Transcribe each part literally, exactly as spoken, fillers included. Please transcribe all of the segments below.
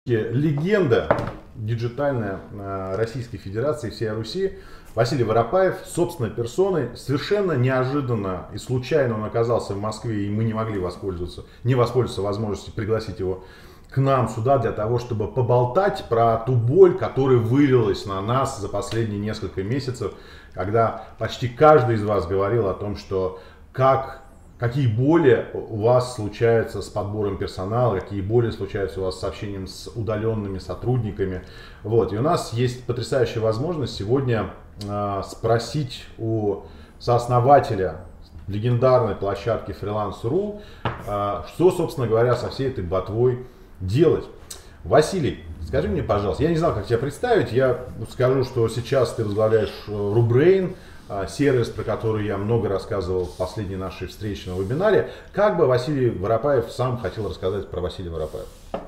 Легенда диджитальная Российской Федерации, всей Руси, Василий Воропаев, собственной персоной, совершенно неожиданно и случайно он оказался в Москве, и мы не могли воспользоваться, не воспользоваться возможностью пригласить его к нам сюда для того, чтобы поболтать про ту боль, которая вылилась на нас за последние несколько месяцев, когда почти каждый из вас говорил о том, что как какие боли у вас случаются с подбором персонала, какие боли случаются у вас с общением с удаленными сотрудниками. Вот. И у нас есть потрясающая возможность сегодня э, спросить у сооснователя легендарной площадки фриланс точка ру, э, что, собственно говоря, со всей этой ботвой делать. Василий, скажи мне, пожалуйста, я не знал, как тебя представить, я скажу, что сейчас ты возглавляешь RuBrain, сервис, про который я много рассказывал в последней нашей встрече на вебинаре. Как бы Василий Воропаев сам хотел рассказать про Василия Воропаева?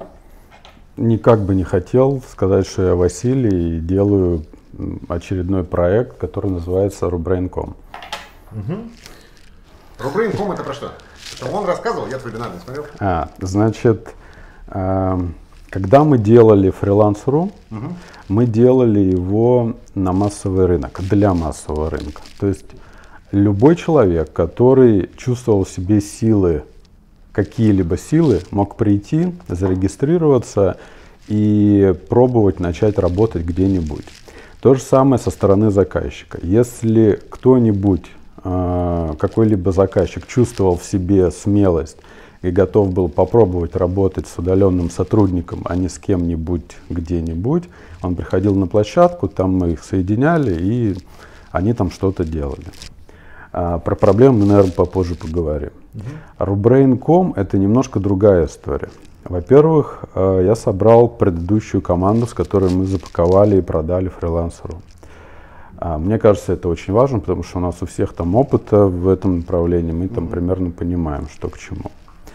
Никак бы не хотел сказать, что я Василий и делаю очередной проект, который называется RuBrain точка ком. Угу. RuBrain точка ком это про что? Это он рассказывал, я твой вебинар не смотрел. А, значит, э, когда мы делали фриланс точка ру, угу. мы делали его на массовый рынок, для массового рынка. То есть любой человек, который чувствовал в себе силы, какие-либо силы, мог прийти, зарегистрироваться и пробовать начать работать где-нибудь. То же самое со стороны заказчика. Если кто-нибудь, какой-либо заказчик чувствовал в себе смелость и готов был попробовать работать с удаленным сотрудником, а не с кем-нибудь где-нибудь, он приходил на площадку, там мы их соединяли, и они там что-то делали. А, про проблемы мы, наверное, попозже поговорим. Uh-huh. RuBrain точка ком это немножко другая история. Во-первых, я собрал предыдущую команду, с которой мы запаковали и продали фриланс точка ру. А, мне кажется, это очень важно, потому что у нас у всех там опыта в этом направлении, мы там uh-huh. примерно понимаем, что к чему.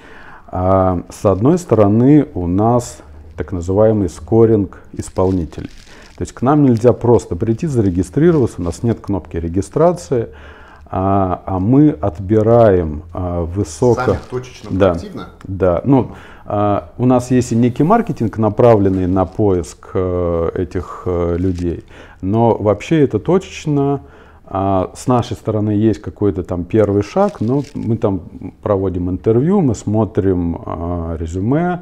А, с одной стороны, у нас так называемый скоринг исполнителей. То есть к нам нельзя просто прийти, зарегистрироваться, у нас нет кнопки регистрации, а, а мы отбираем а, высоко... Сами точечно, да, активно? Да. Ну, а, у нас есть и некий маркетинг, направленный на поиск а, этих а, людей, но вообще это точечно. А с нашей стороны есть какой-то там первый шаг, но мы там проводим интервью, мы смотрим а, резюме.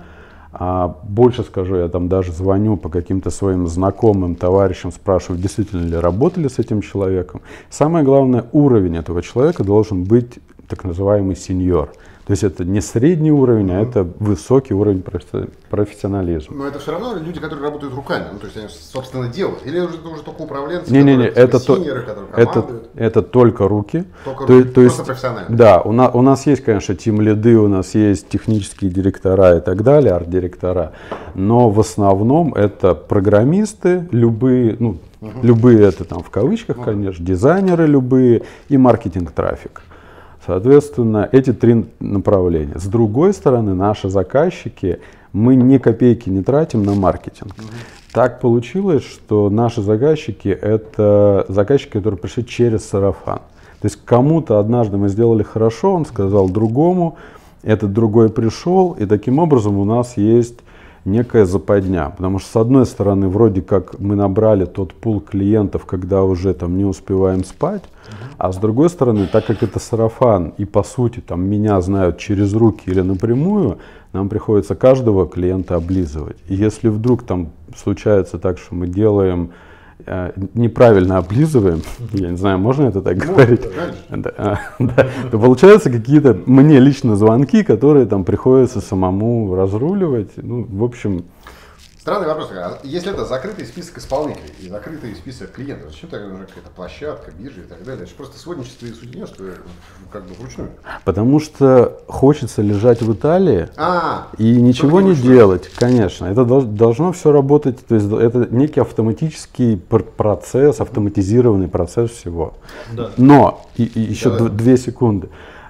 А больше скажу, я там даже звоню по каким-то своим знакомым, товарищам, спрашиваю, действительно ли работали с этим человеком. Самое главное, уровень этого человека должен быть так называемый сеньор. То есть это не средний уровень, а это высокий уровень профессионализма. Но это все равно люди, которые работают руками, ну, то есть они, собственно, делают. Или уже, уже только управленцы, не, которые, не, не, это синьоры, то, которые командуют? Это, это только руки. Только то, руки, то есть, просто профессионально. Да, у нас, у нас есть, конечно, тимлиды, у нас есть технические директора и так далее, арт-директора. Но в основном это программисты, любые, ну, угу. любые это там в кавычках, угу. конечно, дизайнеры любые и маркетинг-трафик. Соответственно, эти три направления. С другой стороны, наши заказчики, мы ни копейки не тратим на маркетинг. Mm-hmm. Так получилось, что наши заказчики — это заказчики, которые пришли через сарафан. То есть кому-то однажды мы сделали хорошо, он сказал другому, этот другой пришел, и таким образом у нас есть некая западня. Потому что с одной стороны, вроде как мы набрали тот пул клиентов, когда уже там не успеваем спать, uh-huh. а с другой стороны, так как это сарафан, и по сути там меня знают через руки или напрямую, нам приходится каждого клиента облизывать. И если вдруг там случается так, что мы делаем, э, неправильно облизываем, uh-huh. я не знаю, можно это так ну, говорить, да, да, то получаются какие-то мне лично звонки, которые там приходится самому разруливать. Ну, в общем... Странный вопрос. Если это закрытый список исполнителей и закрытый список клиентов, зачем тогда нужна какая-то площадка, биржа и так далее? Это же просто сводничество и сутенерство как бы вручную. Потому что хочется лежать в Италии а, и ничего не делать, конечно. Это должно все работать, то есть это некий автоматический процесс, автоматизированный процесс всего. Да. Но, и, и еще да, две секунды,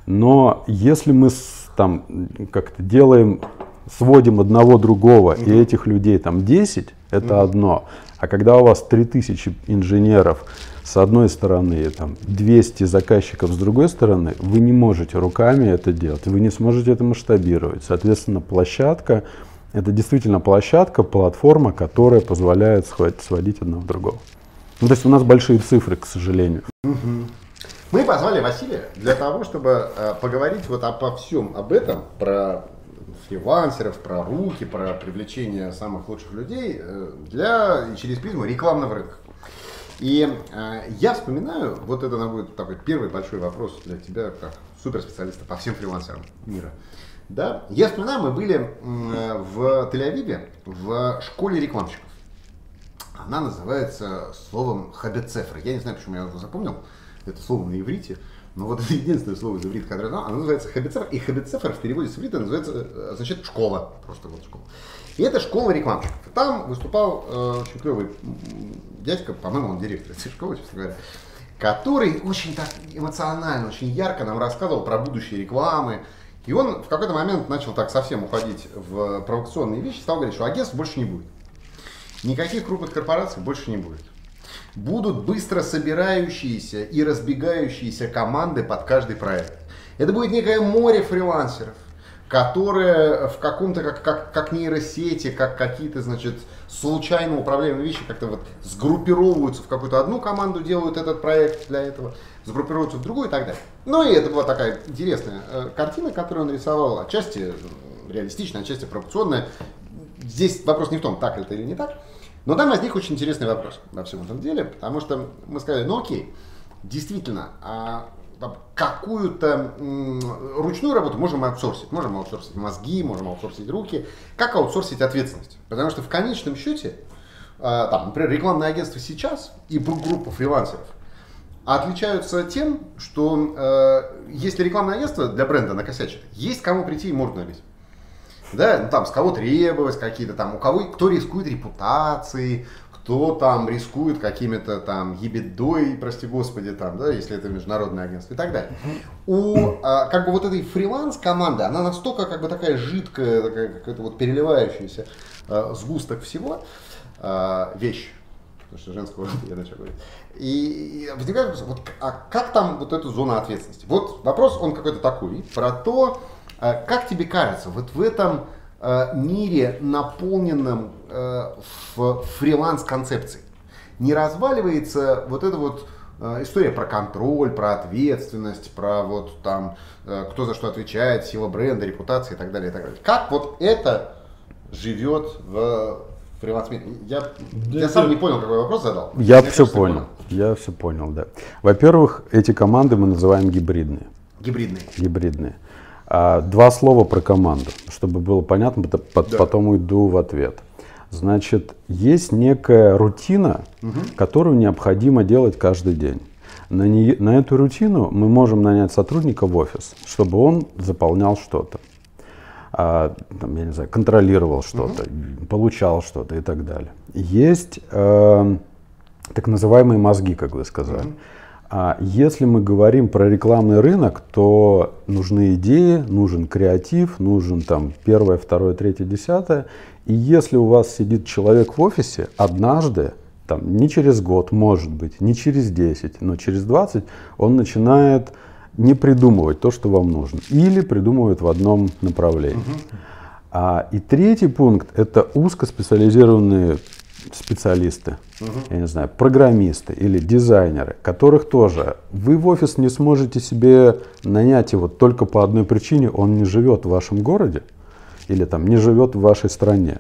но если мы там как-то делаем... сводим одного другого, mm-hmm. и этих людей там десять, это mm-hmm. одно. А когда у вас три тысячи инженеров с одной стороны, там, двести заказчиков с другой стороны, вы не можете руками это делать, вы не сможете это масштабировать. Соответственно, площадка Это действительно площадка, платформа, которая позволяет сводить одного в другого. Ну, то есть у нас большие цифры, к сожалению. Угу. Мы позвали Василия для того, чтобы э, поговорить вот обо всем об этом, про фрилансеров, про руки, про привлечение самых лучших людей э, для, через призму рекламного рынка. И э, я вспоминаю, вот это будет такой первый большой вопрос для тебя, как суперспециалиста по всем фрилансерам мира. Да? Я вспоминаю, мы были э, в Тель-Авиве в школе рекламщиков. Она называется словом хабецефр. Я не знаю, почему я его запомнил. Это слово на иврите. Но вот это единственное слово из иврита, которое оно, оно называется хабецефр. И хабецефр в переводе с иврита называется, значит, школа. Просто вот школа. И это школа рекламщиков. И там выступал э, очень клевый дядька, по-моему, он директор этой школы, честно говоря, который очень так эмоционально, очень ярко нам рассказывал про будущее рекламы. И он в какой-то момент начал так совсем уходить в провокационные вещи, стал говорить, что агентств больше не будет. Никаких крупных корпораций больше не будет. Будут быстро собирающиеся и разбегающиеся команды под каждый проект. Это будет некое море фрилансеров, которые в каком-то, как, как, как нейросети, как какие-то, значит, случайно управляемые вещи как-то вот сгруппировываются в какую-то одну команду, делают этот проект для этого, сгруппируются в другую и так далее. Ну и это была такая интересная э, картина, которую он рисовал, отчасти реалистичная, отчасти провокационная. Здесь вопрос не в том, так это или не так. Но там возник очень интересный вопрос во всем этом деле, потому что мы сказали, ну окей, действительно, а какую-то м, ручную работу можем аутсорсить. Можем аутсорсить мозги, можем аутсорсить руки. Как аутсорсить ответственность? Потому что в конечном счете, а, там, например, рекламное агентство сейчас и группа фрилансеров отличаются тем, что э, если рекламное агентство для бренда накосячит, есть кому прийти и морду набить. Да, ну, там, с кого требовать какие-то там, у кого, кто рискует репутацией, кто там рискует какими-то там ебедой, прости господи, там, да, если это международное агентство и так далее. У а, как бы вот этой фриланс-команды, она настолько как бы такая жидкая, такая какая-то вот переливающаяся а, сгусток всего, а, вещь, потому что женского рода я начал говорить. И, и возникает вопрос, вот, а как там вот эта зона ответственности? Вот вопрос, он какой-то такой, про то, как тебе кажется, вот в этом э, мире, наполненном э, фриланс-концепцией, не разваливается вот эта вот э, история про контроль, про ответственность, про вот там, э, кто за что отвечает, сила бренда, репутация и так далее, и так далее. Как вот это живет в фриланс-мире? Я, да, я сам не понял, какой вопрос задал. Я Мне все кажется, понял. понял. Я все понял, да. Во-первых, эти команды мы называем гибридные. Гибридные. Гибридные. Два слова про команду, чтобы было понятно, да. Потом уйду в ответ. Значит, есть некая рутина, угу. которую необходимо делать каждый день. На, не, на эту рутину мы можем нанять сотрудника в офис, чтобы он заполнял что-то, а, там, я не знаю, контролировал что-то, угу. получал что-то и так далее. Есть э, так называемые мозги, как вы сказали. Угу. А если мы говорим про рекламный рынок, то нужны идеи, нужен креатив, нужен там первое, второе, третье, десятое. И если у вас сидит человек в офисе, однажды, там, не через год, может быть, не через десять, но через двадцать, он начинает не придумывать то, что вам нужно. Или придумывает в одном направлении. Uh-huh. А, и третий пункт – это узкоспециализированные специалисты, угу. я не знаю, программисты или дизайнеры, которых тоже вы в офис не сможете себе нанять его только по одной причине: он не живет в вашем городе или там не живет в вашей стране,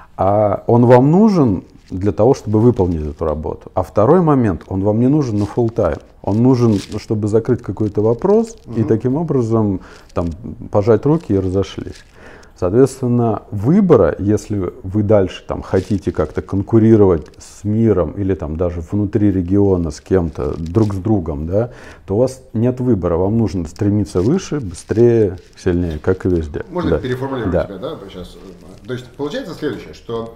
а он вам нужен для того, чтобы выполнить эту работу. А второй момент, он вам не нужен на full time, он нужен, чтобы закрыть какой-то вопрос угу. и таким образом там пожать руки и разошлись. Соответственно, выбора, если вы дальше там хотите как-то конкурировать с миром или там даже внутри региона с кем-то, друг с другом, да, то у вас нет выбора, вам нужно стремиться выше, быстрее, сильнее, как и везде. Можно да. переформулировать да. тебя, да, сейчас? То есть получается следующее, что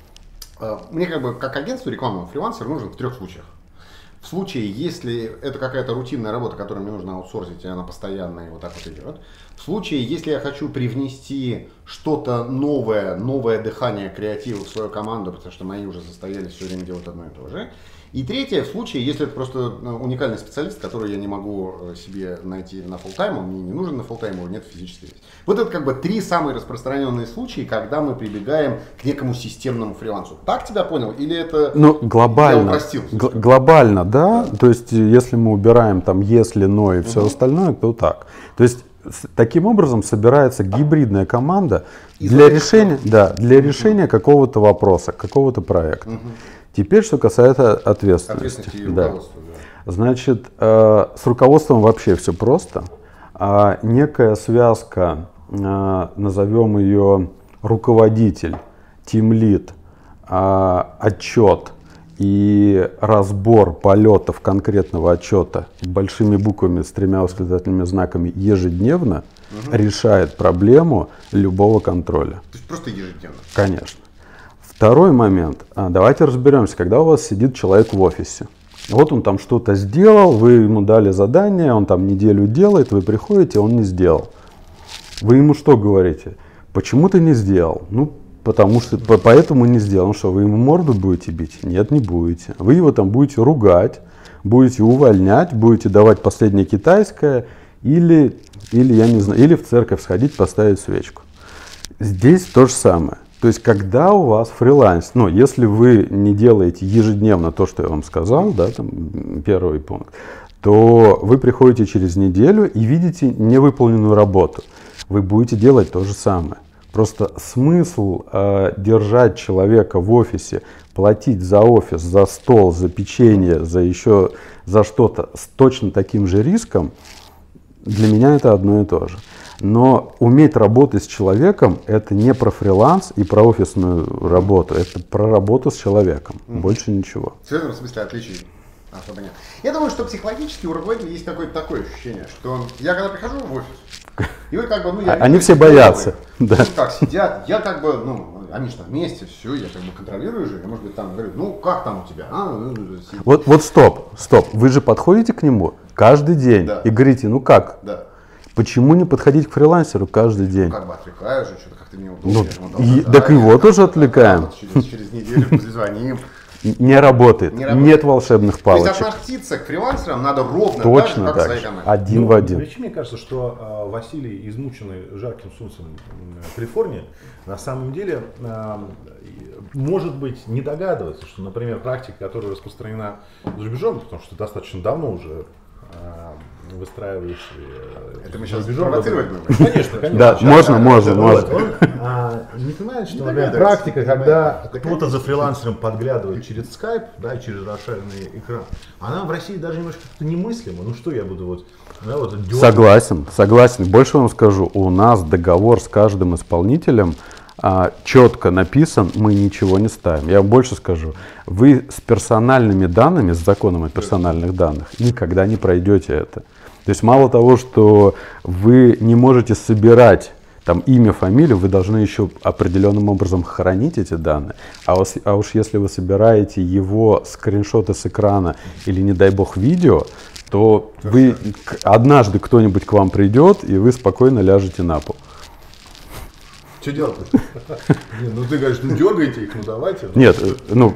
э, мне как бы как агентству рекламного фрилансер нужен в трех случаях. В случае, если это какая-то рутинная работа, которую мне нужно аутсорсить, и она постоянная, и вот так вот идет. В случае, если я хочу привнести что-то новое, новое дыхание креатива в свою команду, потому что мои уже застоялись все время делать одно и то же. И третье, в случае, если это просто уникальный специалист, который я не могу себе найти на фулл-тайм, он мне не нужен на фулл-тайм, его нет физически здесь. Вот это как бы три самые распространенные случаи, когда мы прибегаем к некому системному фрилансу. Так тебя понял? Или это ну, глобально, я упростил? Гл- глобально, да. да. То есть, если мы убираем там если, но и все угу. остальное, то так. То есть, таким образом собирается гибридная команда для решения, да, для решения какого-то вопроса, какого-то проекта. Угу. Теперь, что касается ответственности. Ответственности и да. руководства. Да. Значит, э, с руководством вообще все просто. А некая связка, э, назовем ее руководитель, тимлид, э, отчет и разбор полетов конкретного отчета большими буквами с тремя восклицательными знаками ежедневно угу. решает проблему любого контроля. То есть просто ежедневно? Конечно. Второй момент. Давайте разберемся, когда у вас сидит человек в офисе. Вот он там что-то сделал, вы ему дали задание, он там неделю делает, вы приходите, он не сделал. Вы ему что говорите? Почему ты не сделал? Ну, потому что, поэтому не сделал. Ну что, вы ему морду будете бить? Нет, не будете. Вы его там будете ругать, будете увольнять, будете давать последнее китайское, или, или, я не знаю, или в церковь сходить, поставить свечку. Здесь то же самое. То есть, когда у вас фриланс, ну, если вы не делаете ежедневно то, что я вам сказал, да, там, первый пункт, то вы приходите через неделю и видите невыполненную работу. Вы будете делать то же самое. Просто смысл э, держать человека в офисе, платить за офис, за стол, за печенье, за еще за что-то с точно таким же риском, для меня это одно и то же. Но уметь работать с человеком — это не про фриланс и про офисную работу, это про работу с человеком, mm-hmm. больше ничего. В этом смысле отличий особо нет. Я думаю, что психологически у руководителя есть какое-то такое ощущение, что я когда прихожу в офис, и вы как бы, ну, я Они все боятся. Да. Ну, как сидят, я как бы, ну, они же там вместе, все, я как бы контролирую же, я, может быть, там говорю, ну, как там у тебя? А, ну, вот, вот стоп, стоп, вы же подходите к нему каждый день да. и говорите, ну как? Да. Почему не подходить к фрилансеру каждый день? Ну, как бы отвлекаю же, что-то как-то неудобно. Ну, и, так его тоже отвлекаем. Через, через неделю позвоним. Не работает. Не работает. Нет волшебных палочек. То есть относиться к фрилансерам надо ровно точно так же, как так к своей команде. Один ну, в один. Вообще, мне кажется, что э, Василий, измученный жарким солнцем Калифорнии, на самом деле, э, может быть, не догадывается, что, например, практика, которая распространена за рубежом, потому что достаточно давно уже э, выстраиваешь... Э, Это мы сейчас провоцировать будем? Конечно, конечно. Да, можно, можно, можно. Он а, не понимает, что, например, практика, когда кто-то за фрилансером подглядывает через скайп, да, через расширенный экран, она в России даже немножко как-то немыслима. Ну что я буду вот... Да, вот согласен, согласен. Больше вам скажу, у нас договор с каждым исполнителем а, четко написан, мы ничего не ставим. Я вам больше скажу, вы с персональными данными, с законом о персональных данных, никогда не пройдете это. То есть мало того, что вы не можете собирать там имя, фамилию, вы должны еще определенным образом хранить эти данные. А, вас, а уж если вы собираете его скриншоты с экрана или, не дай бог, видео, то вы, однажды кто-нибудь к вам придет, и вы спокойно ляжете на пол. Что делать? Ну ты говоришь, ну дергайте их, ну давайте. Нет, ну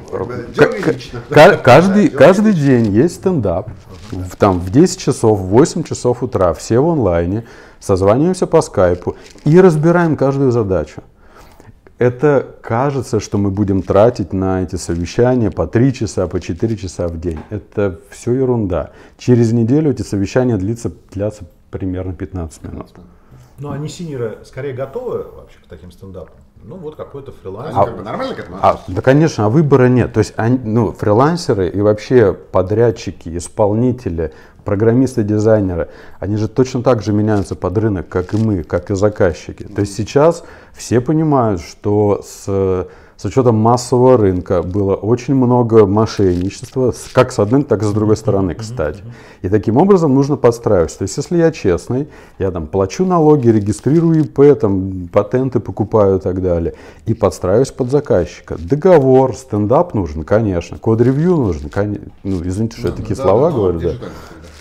каждый, каждый день есть стендап. Там в десять часов, в восемь часов утра, все в онлайне, созваниваемся по скайпу и разбираем каждую задачу. Это кажется, что мы будем тратить на эти совещания по три часа, по четыре часа в день. Это все ерунда. Через неделю эти совещания длятся, длятся примерно пятнадцать минут. Ну, они синеры скорее готовы вообще к таким стендапам? Ну, вот какой-то фрилансер. А, как бы нормально к этому а, да, конечно, а выбора нет. То есть, они, ну, фрилансеры и вообще подрядчики, исполнители, программисты, дизайнеры, они же точно так же меняются под рынок, как и мы, как и заказчики. То есть сейчас все понимают, что с, с учетом массового рынка было очень много мошенничества, как с одной, так и с другой стороны, кстати. И таким образом нужно подстраиваться. То есть если я честный, я там плачу налоги, регистрирую ИП, там, патенты покупаю и так далее, и подстраиваюсь под заказчика. Договор, стендап нужен, конечно, код-ревью нужен, конечно. Ну, извините, что да, я такие да, слова да, говорю. Да.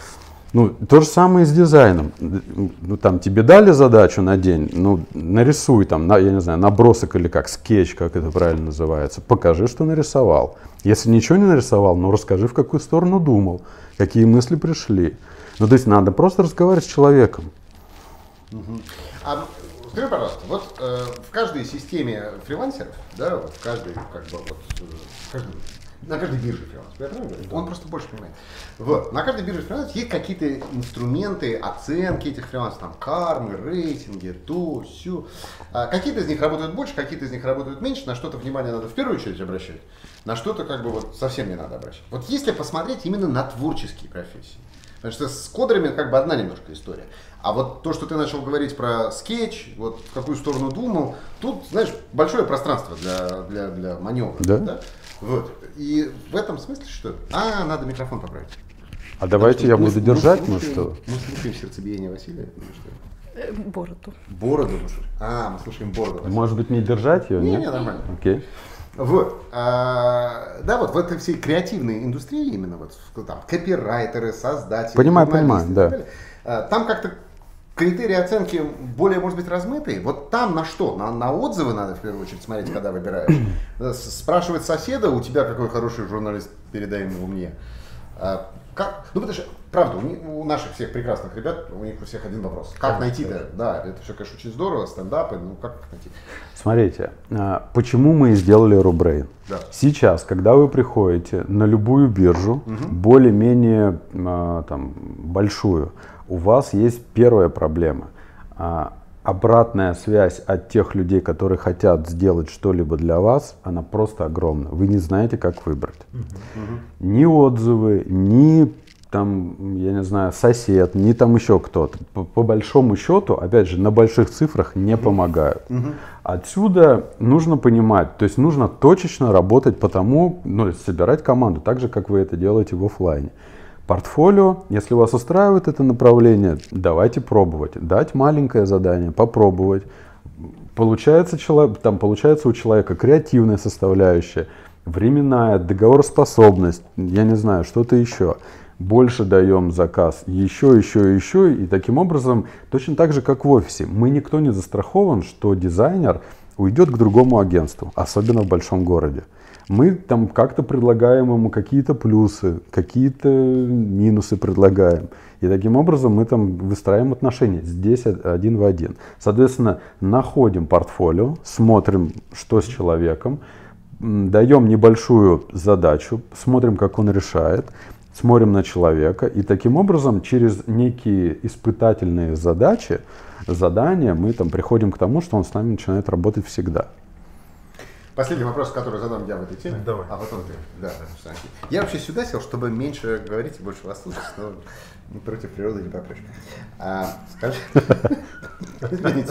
Ну, то же самое и с дизайном. Ну, там тебе дали задачу на день, ну, нарисуй там, на, я не знаю, набросок или как, скетч, как это правильно называется. Покажи, что нарисовал. Если ничего не нарисовал, ну, расскажи, в какую сторону думал, какие мысли пришли. Ну, то есть надо просто разговаривать с человеком. Угу. А скажи, пожалуйста, вот э, в каждой системе фрилансеров, да, вот в каждой, как бы, вот, в каждой, на каждой бирже фрилансеров, да. Он просто больше понимает. Вот. На каждой бирже фрилансеров есть какие-то инструменты оценки этих фрилансеров, там, кармы, рейтинги, то, сю. А какие-то из них работают больше, какие-то из них работают меньше, на что-то внимание надо в первую очередь обращать, на что-то как бы вот совсем не надо обращать. Вот если посмотреть именно на творческие профессии, потому что с кодерами как бы одна немножко история. А вот то, что ты начал говорить про скетч, вот в какую сторону думал, тут, знаешь, большое пространство для, для, для маневра. Да? Да? Вот. И в этом смысле что? А, надо микрофон поправить. А давайте я мы, буду мы держать, слушаем, ну что? Мы слушаем сердцебиение Василия. Ну, что? Бороду. Бороду мы слушаем. А, мы слушаем бороду Василия. Может быть, не держать ее? Не, нет? не, нормально. Окей. Вот. А, да, вот в этой всей креативной индустрии, именно вот там копирайтеры, создатели, Понимаю, журналисты понимаю, и да. так далее, а, там как-то критерии оценки более, может быть, размытые. Вот там на что? На, на отзывы надо в первую очередь смотреть, когда выбираешь. Спрашивать соседа, у тебя какой хороший журналист, передай его мне. А, как? Ну, потому что, правда, у, них, у наших всех прекрасных ребят, у них у всех один вопрос. Как найти-то? Да, это все, конечно, очень здорово, стендапы, ну как их найти? Смотрите, почему мы и сделали Рубрейн? Да. Сейчас, когда вы приходите на любую биржу, угу. более-менее там, большую, у вас есть первая проблема. Обратная связь от тех людей, которые хотят сделать что-либо для вас, она просто огромна. Вы не знаете, как выбрать. Uh-huh. Ни отзывы, ни там, я не знаю, сосед, ни там еще кто-то. По, по большому счету, опять же, на больших цифрах не uh-huh. помогают. Uh-huh. Отсюда нужно понимать, то есть нужно точечно работать по тому, ну, собирать команду, так же, как вы это делаете в офлайне. Портфолио, если вас устраивает это направление, давайте пробовать. Дать маленькое задание, попробовать. Получается, там, получается у человека креативная составляющая, временная, договороспособность, я не знаю, что-то еще. Больше даем заказ, еще, еще, еще. И таким образом, точно так же, как в офисе, мы никто не застрахован, что дизайнер уйдет к другому агентству, особенно в большом городе. Мы там как-то предлагаем ему какие-то плюсы, какие-то минусы предлагаем. И таким образом мы там выстраиваем отношения здесь один в один. Соответственно, находим портфолио, смотрим, что с человеком, даем небольшую задачу, смотрим, как он решает, смотрим на человека. И таким образом через некие испытательные задачи, задания мы там приходим к тому, что он с нами начинает работать всегда. Последний вопрос, который задам я в этой теме. Давай. А потом ты. Да, да. Я вообще сюда сел, чтобы меньше говорить и больше вас слушать, но не против природы не попрешь. А, скажи. Извините.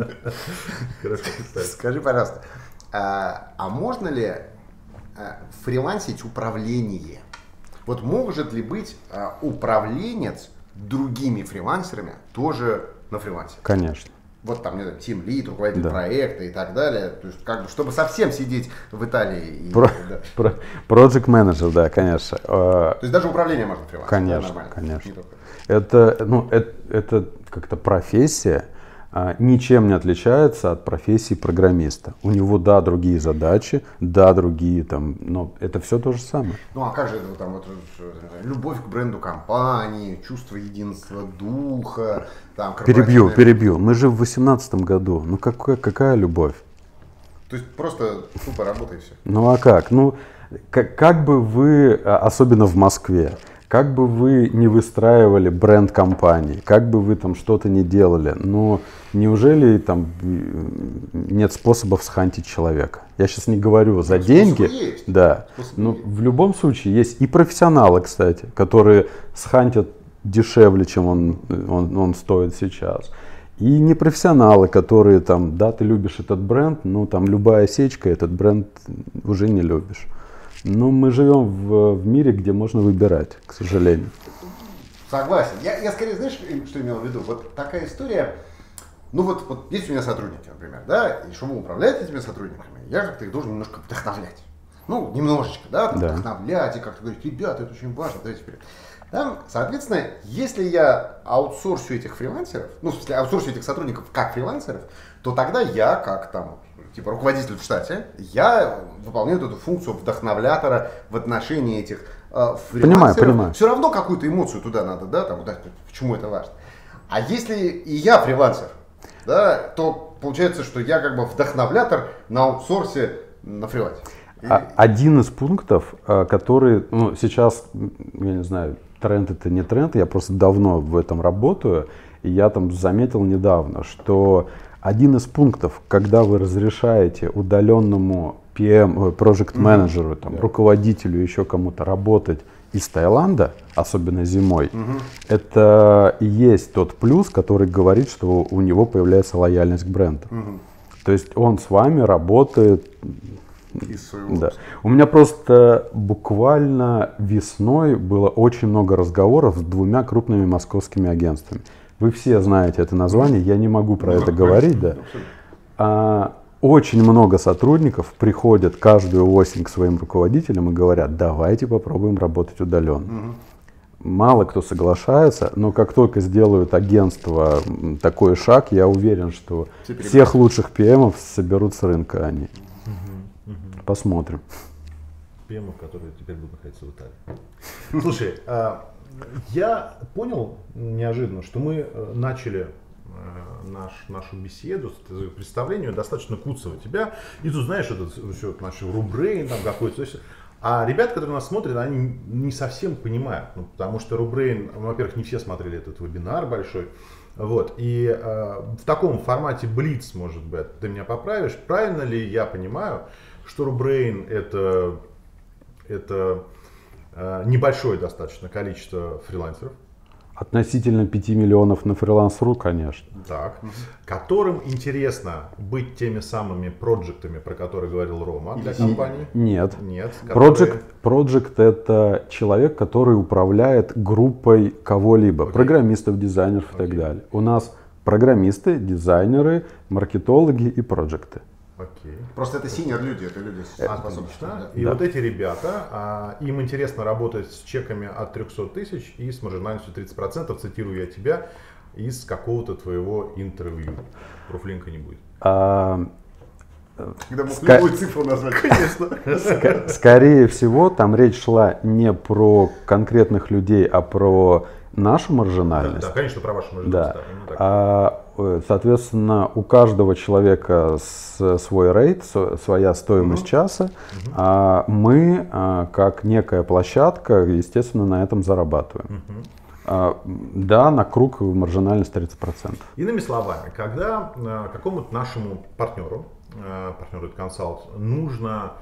Скажи, пожалуйста, а, а можно ли а, фрилансить управление? Вот может ли быть а, управленец другими фрилансерами тоже на фрилансе? Конечно. Вот там, не знаю, тимлид, руководитель да. проекта и так далее. То есть, как бы, чтобы совсем сидеть в Италии. И, Про, да. про, project manager, да, конечно. То есть даже управление можно фрилансить. Конечно, да, конечно. Это, ну, это, это как-то профессия а, ничем не отличается от профессии программиста. У него, да, другие задачи, да, другие там, но это все то же самое. Ну а как же это там вот, любовь к бренду компании, чувство единства духа, там, перебью, перебью. Мы же в восемнадцатом году. Ну какая, какая любовь? То есть просто тупо работа и все. Ну а как? Ну как, как бы вы, особенно в Москве, как бы вы не выстраивали бренд компании, как бы вы там что-то не делали, но неужели там нет способов схантить человека? Я сейчас не говорю за ну, деньги, есть. Да, Способы но есть. В любом случае есть и профессионалы, кстати, которые схантят дешевле, чем он, он, он стоит сейчас. И непрофессионалы, которые там, да, ты любишь этот бренд, но там любая осечка, этот бренд уже не любишь. Но мы живем в, в мире, где можно выбирать, к сожалению. Согласен. Я, я скорее, знаешь, что имел в виду? Вот такая история. Ну вот, вот есть у меня сотрудники, например, да, и чтобы управлять этими сотрудниками, я как-то их должен немножко вдохновлять. Ну, немножечко, да, да. вдохновлять и как-то говорить, ребята, это очень важно, давайте вперед. Да? Соответственно, если я аутсорсю этих фрилансеров, ну, в смысле, аутсорсю этих сотрудников как фрилансеров, то тогда я, как там, типа руководитель в штате, я выполняю эту функцию вдохновлятора в отношении этих э, фрилансеров. Понимаю, понимаю. Все равно какую-то эмоцию туда надо, да, там, да, почему это важно. А если и я фрилансер, да, то получается, что я как бы вдохновлятор на аутсорсе на фрилансе. И... Один из пунктов, который, ну, сейчас, я не знаю, тренд это не тренд, я просто давно в этом работаю, и я там заметил недавно, что один из пунктов, когда вы разрешаете удаленному пи эм, project менеджеру, там, да. руководителю, еще кому-то работать из Таиланда, особенно зимой, Угу. это и есть тот плюс, который говорит, что у него появляется лояльность к бренду. Угу. То есть он с вами работает. Из своего Да. У меня просто буквально весной было очень много разговоров с двумя крупными московскими агентствами. Вы все знаете это название, я не могу про это говорить, да. А, очень много сотрудников приходят каждую осень к своим руководителям и говорят: давайте попробуем работать удаленно. Угу. Мало кто соглашается, но как только сделают агентство такой шаг, я уверен, что Теперь всех лучших пи эмов соберут с рынка они. Посмотрим. пи эмов, которые теперь будут находиться в Италии. Слушай, я понял неожиданно, что мы начали наш, нашу беседу, представление достаточно куцого тебя. И тут, знаешь, этот все, наш рубрейн там какой-то. А ребята, которые нас смотрят, они не совсем понимают. Ну, потому что рубрейн, ну, во-первых, не все смотрели этот вебинар большой. Вот. И э, в таком формате блиц, может быть, ты меня поправишь. Правильно ли я понимаю, что рубрейн это, это э, небольшое достаточно количество фрилансеров? Относительно пяти миллионов на фриланс.ру, конечно. Так. Угу. Которым интересно быть теми самыми проектами, про которые говорил Рома, для компании? Нет. Нет. Project, project это человек, который управляет группой кого-либо. Okay. Программистов, дизайнеров okay. и так далее. У нас программисты, дизайнеры, маркетологи и проекты. Окей. Просто это синьор люди, это люди с способностью. Да. И да. вот эти ребята, а, им интересно работать с чеками от трёхсот тысяч и с маржинальностью тридцать процентов, цитирую я тебя, из какого-то твоего интервью. Профлинка не будет. А, Когда мог ска... любую цифру назвать, конечно. Ска... Скорее всего, там речь шла не про конкретных людей, а про нашу маржинальность. Да, да, конечно, про вашу маржинальность. Да. Да, а, соответственно, у каждого человека с, свой рейт, своя стоимость uh-huh. часа. Uh-huh. А мы, а, как некая площадка, естественно, на этом зарабатываем. Uh-huh. А, да, на круг маржинальность тридцать процентов. Иными словами, когда а, какому-то нашему партнеру, а, партнеру консалт, нужно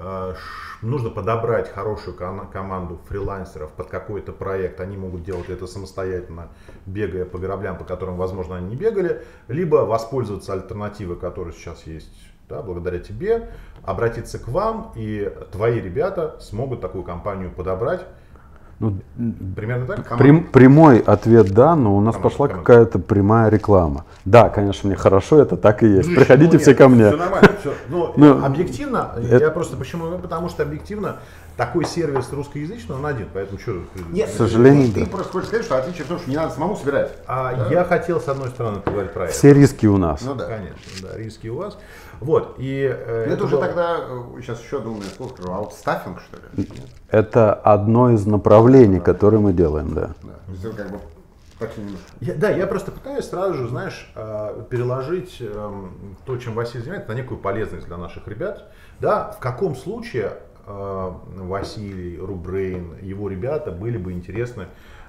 нужно подобрать хорошую команду фрилансеров под какой-то проект, они могут делать это самостоятельно, бегая по граблям, по которым, возможно, они не бегали, либо воспользоваться альтернативой, которая сейчас есть, да, благодаря тебе, обратиться к вам, и твои ребята смогут такую компанию подобрать. Ну, примерно так? Прям, прямой ответ да, но у нас команда, пошла команда. Какая-то прямая реклама. Да, конечно, мне хорошо, это так и есть. Ну, приходите ну, все нет, ко мне. Все нормально, все. Но, но объективно, это... я просто почему? Потому что объективно такой сервис русскоязычный, он один, поэтому что? Нет, к сожалению, ты, да. ты просто хочешь сказать, что отличие в том, что не надо самому собирать. А да? Я хотел, с одной стороны, говорить про это. Все риски у нас. Ну да, конечно, да, риски у вас. Вот, и э, это, это уже было... тогда, сейчас еще думаю, слово скажу, аутстаффинг, что ли? Это одно из направлений, да. которое мы делаем, да. Да, то есть, как бы, я, да, я просто пытаюсь сразу же, знаешь, переложить то, чем Василий занимается, на некую полезность для наших ребят. Да, в каком случае Василий, Рубрейн, его ребята были бы интересны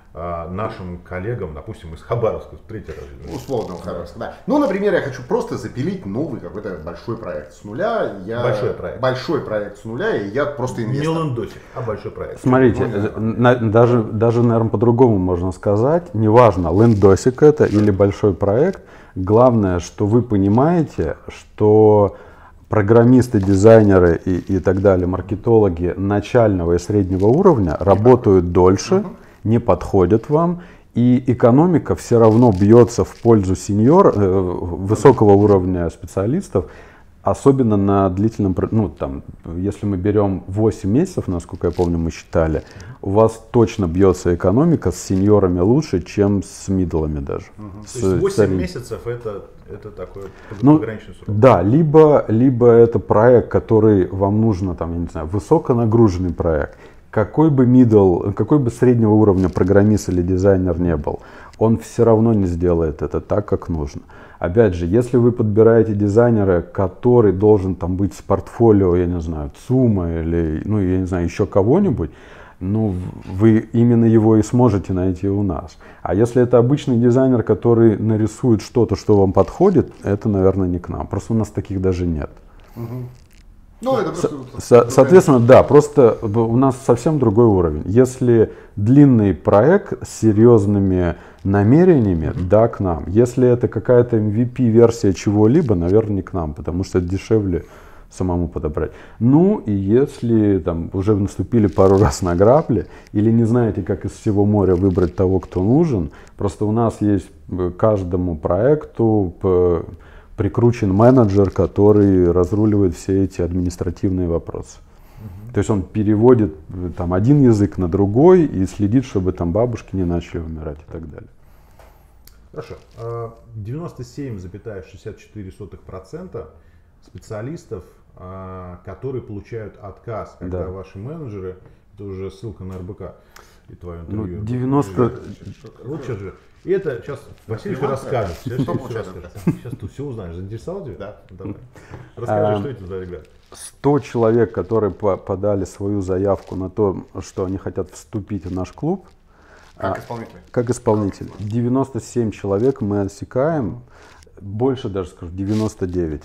нашим коллегам, допустим, из Хабаровска, третий раз. Условного Хабаровска, да. Ну, например, я хочу просто запилить новый какой-то большой проект с нуля. Я... Большой проект. Большой проект с нуля, и я просто инвестор. Не лендосик, а большой проект. Смотрите, на, даже, даже, наверное, по-другому можно сказать. Неважно, лендосик это или большой проект. Главное, что вы понимаете, что программисты, дизайнеры и, и так далее, маркетологи начального и среднего уровня работают дольше, uh-huh. не подходят вам, и экономика все равно бьется в пользу сеньор, э, высокого уровня специалистов, Особенно на длительном, ну там, если мы берем восемь месяцев, насколько я помню, мы считали, у вас точно бьется экономика с сеньорами лучше, чем с мидлами даже. Угу. С, То есть восемь царей. месяцев это, это такой ну, пограничный срок? Да, либо, либо это проект, который вам нужно, там, я не знаю, высоконагруженный проект. Какой бы middle, какой бы среднего уровня программист или дизайнер не был, он все равно не сделает это так, как нужно. Опять же, если вы подбираете дизайнера, который должен там быть с портфолио, я не знаю, ЦУМа или, ну, я не знаю, еще кого-нибудь, ну, вы именно его и сможете найти у нас. А если это обычный дизайнер, который нарисует что-то, что вам подходит, это, наверное, не к нам. Просто у нас таких даже нет. Угу. Ну, это просто Со- соответственно, да, просто у нас совсем другой уровень. Если длинный проект с серьезными намерениями, mm-hmm. да, к нам. Если это какая-то эм ви пи-версия чего-либо, наверное, не к нам, потому что это дешевле самому подобрать. Ну, и если там уже наступили пару раз на грабли, или не знаете, как из всего моря выбрать того, кто нужен, просто у нас есть к каждому проекту прикручен менеджер, который разруливает все эти административные вопросы. Uh-huh. То есть он переводит там один язык на другой и следит, чтобы там бабушки не начали умирать и так далее. Хорошо. девяносто семь целых шестьдесят четыре сотых процента специалистов, которые получают отказ, когда да. ваши менеджеры, это уже ссылка на эр бэ ка и твое интервью. Ну, девяносто... Вот сейчас же. И это сейчас Василий все расскажет. Сейчас, все расскажет. Сейчас ты все узнаешь. Заинтересовал тебя? Да. Давай. Расскажи, а, что это за ребята. сто человек, которые подали свою заявку на то, что они хотят вступить в наш клуб. Как исполнитель? Как исполнитель. девяносто семь человек мы отсекаем. Больше даже скажу, девяносто девять.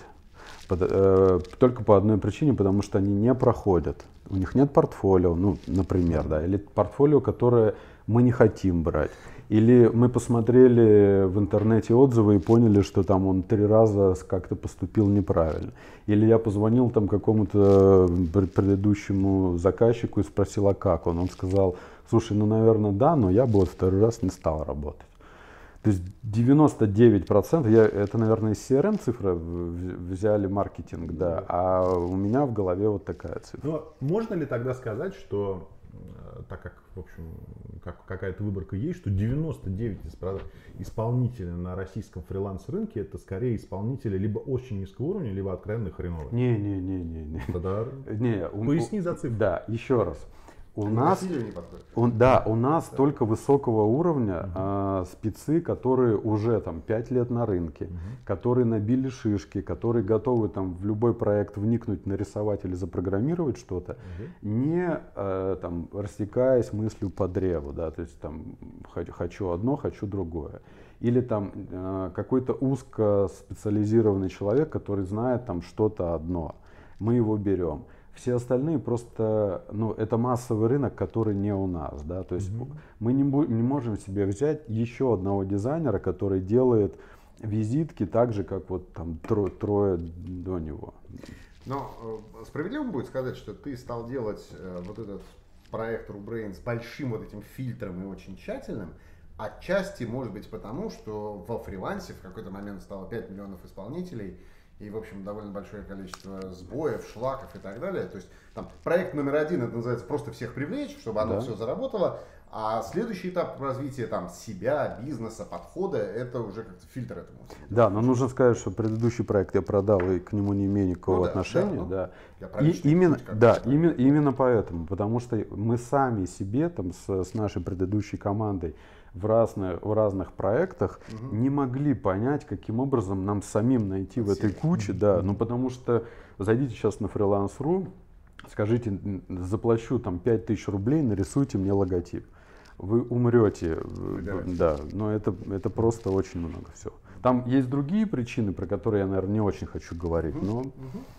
Только по одной причине, потому что они не проходят. У них нет портфолио, ну, например, да, или портфолио, которое мы не хотим брать. Или мы посмотрели в интернете отзывы и поняли, что там он три раза как-то поступил неправильно. Или я позвонил там какому-то предыдущему заказчику и спросил, а как он? Он сказал, слушай, ну, наверное, да, но я бы вот второй раз не стал работать. То есть девяносто девять процентов, я, это, наверное, из си эр эм цифра взяли маркетинг, да, а у меня в голове вот такая цифра. Но можно ли тогда сказать, что, так как, в общем, как, какая-то выборка есть, что девяносто девять исполнителей на российском фриланс-рынке это скорее исполнители либо очень низкого уровня, либо откровенно хреновые? Не-не-не-не. Тогда не, поясни за цифру. Да, еще раз. У нас, не подходит. у, да, у нас да. только высокого уровня uh-huh. а, спецы, которые уже там пять лет на рынке, uh-huh. которые набили шишки, которые готовы там в любой проект вникнуть, нарисовать или запрограммировать что-то, uh-huh. не а, там растекаясь мыслью по древу, да, то есть там хочу одно, хочу другое. Или там а, какой-то узкоспециализированный человек, который знает там что-то одно, мы его берем. Все остальные просто, ну, это массовый рынок, который не у нас, да, то есть mm-hmm. мы не, не можем себе взять еще одного дизайнера, который делает визитки так же, как вот там трое, трое до него. Но э, справедливо будет сказать, что ты стал делать э, вот этот проект RuBrain с большим вот этим фильтром и очень тщательным, отчасти, может быть, потому, что во фрилансе в какой-то момент стало пять миллионов исполнителей, и, в общем, довольно большое количество сбоев, шлаков и так далее. То есть там проект номер один, это называется просто всех привлечь, чтобы оно да. все заработало. А следующий этап развития там себя, бизнеса, подхода, это уже как-то фильтр этому. Да, но нужно сказать, что предыдущий проект я продал и к нему не имею никакого ну, да, отношения. Да, да. Ну, и именно, да, именно, именно поэтому, потому что мы сами себе там с, с нашей предыдущей командой в разных, в разных проектах угу. не могли понять, каким образом нам самим найти в этой куче, угу. да, ну потому что зайдите сейчас на фриланс точка ру, скажите, заплачу там пять тысяч рублей, нарисуйте мне логотип. Вы умрете, Выбирайте. Да, но это, это просто очень много всего. Там есть другие причины, про которые я, наверное, не очень хочу говорить, угу. но... Угу.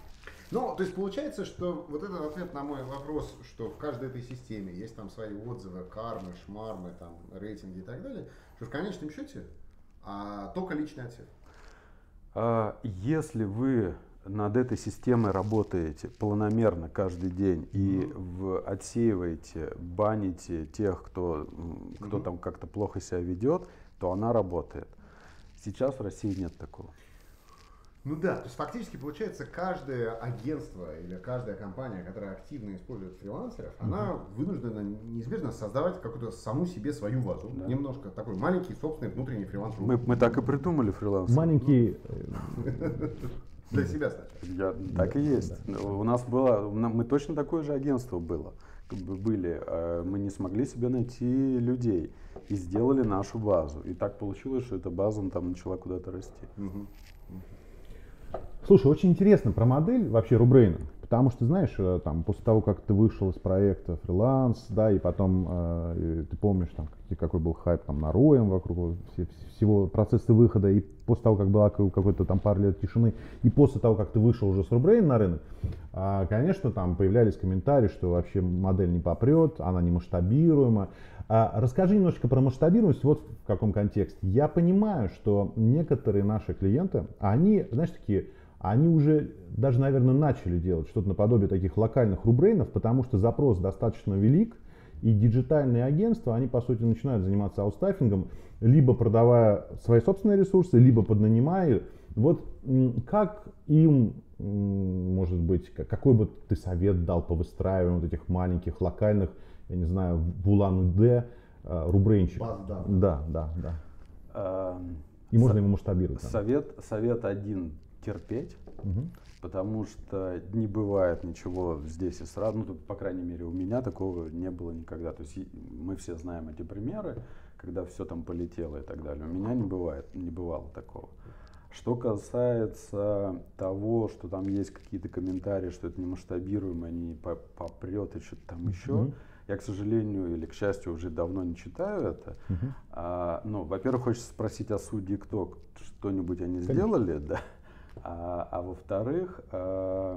Ну, то есть получается, что вот этот ответ на мой вопрос, что в каждой этой системе есть там свои отзывы, кармы, шмармы, там, рейтинги и так далее, что в конечном счете а, только личный ответ. А, если вы над этой системой работаете планомерно каждый день и mm-hmm. в, отсеиваете, баните тех, кто, кто mm-hmm. там как-то плохо себя ведет, то она работает. Сейчас в России нет такого. Ну да, то есть фактически получается каждое агентство или каждая компания, которая активно использует фрилансеров, mm-hmm. она вынуждена неизбежно создавать какую-то саму себе свою базу. Да. Немножко такой маленький собственный внутренний фриланс. Мы, мы так и придумали фриланс. Маленький... Для себя сначала. Я, так и есть. Да. У нас было, мы точно такое же агентство было. Были, мы не смогли себе найти людей и сделали нашу базу. И так получилось, что эта база там начала куда-то расти. Угу. Слушай, очень интересно про модель вообще Рубрейна, потому что, знаешь, там, после того, как ты вышел из проекта фриланс, да, и потом, э, ты помнишь, там, какой был хайп там на Роем вокруг все, всего процесса выхода, и после того, как была какой-то там пару лет тишины, и после того, как ты вышел уже с Рубрейна на рынок, э, конечно, там появлялись комментарии, что вообще модель не попрет, она не масштабируема. А расскажи немножечко про масштабируемость, вот в каком контексте. Я понимаю, что некоторые наши клиенты, они, знаешь, такие, они уже даже, наверное, начали делать что-то наподобие таких локальных рубрейнов, потому что запрос достаточно велик, и диджитальные агентства, они, по сути, начинают заниматься аутстаффингом, либо продавая свои собственные ресурсы, либо поднанимая. Вот как им, может быть, какой бы ты совет дал по выстраиванию вот этих маленьких локальных, я не знаю, в Улан-Удэ рубрейнчик? Баз, да. Да, да, да. А, и можно его масштабировать. Совет, совет один. Терпеть, угу. Потому что не бывает ничего здесь и сразу, ну, тут, по крайней мере, у меня такого не было никогда. То есть мы все знаем эти примеры, когда все там полетело и так далее. У меня не бывает, не бывало такого. Что касается того, что там есть какие-то комментарии, что это не масштабируемо, не попрет и что-то там еще, угу. Я, к сожалению или к счастью, уже давно не читаю это. Uh-huh. А, ну, во-первых, хочется спросить, а судьи кто? Что-нибудь они Конечно. Сделали, да? А, а во-вторых, а,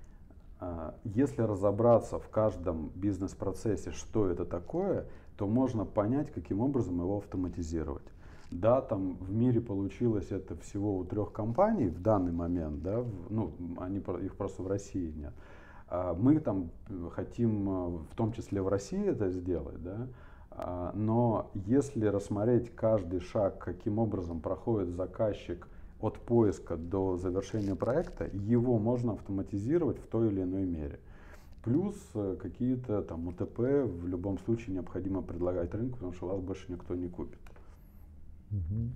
а, если разобраться в каждом бизнес-процессе, что это такое, то можно понять, каким образом его автоматизировать. Да, там в мире получилось это всего у трех компаний в данный момент, да, в, ну, они, их просто в России нет. А мы там хотим, в том числе в России, это сделать, да. Но если рассмотреть каждый шаг, каким образом проходит заказчик от поиска до завершения проекта, его можно автоматизировать в той или иной мере. Плюс какие-то там УТП в любом случае необходимо предлагать рынку, потому что вас больше никто не купит. Угу.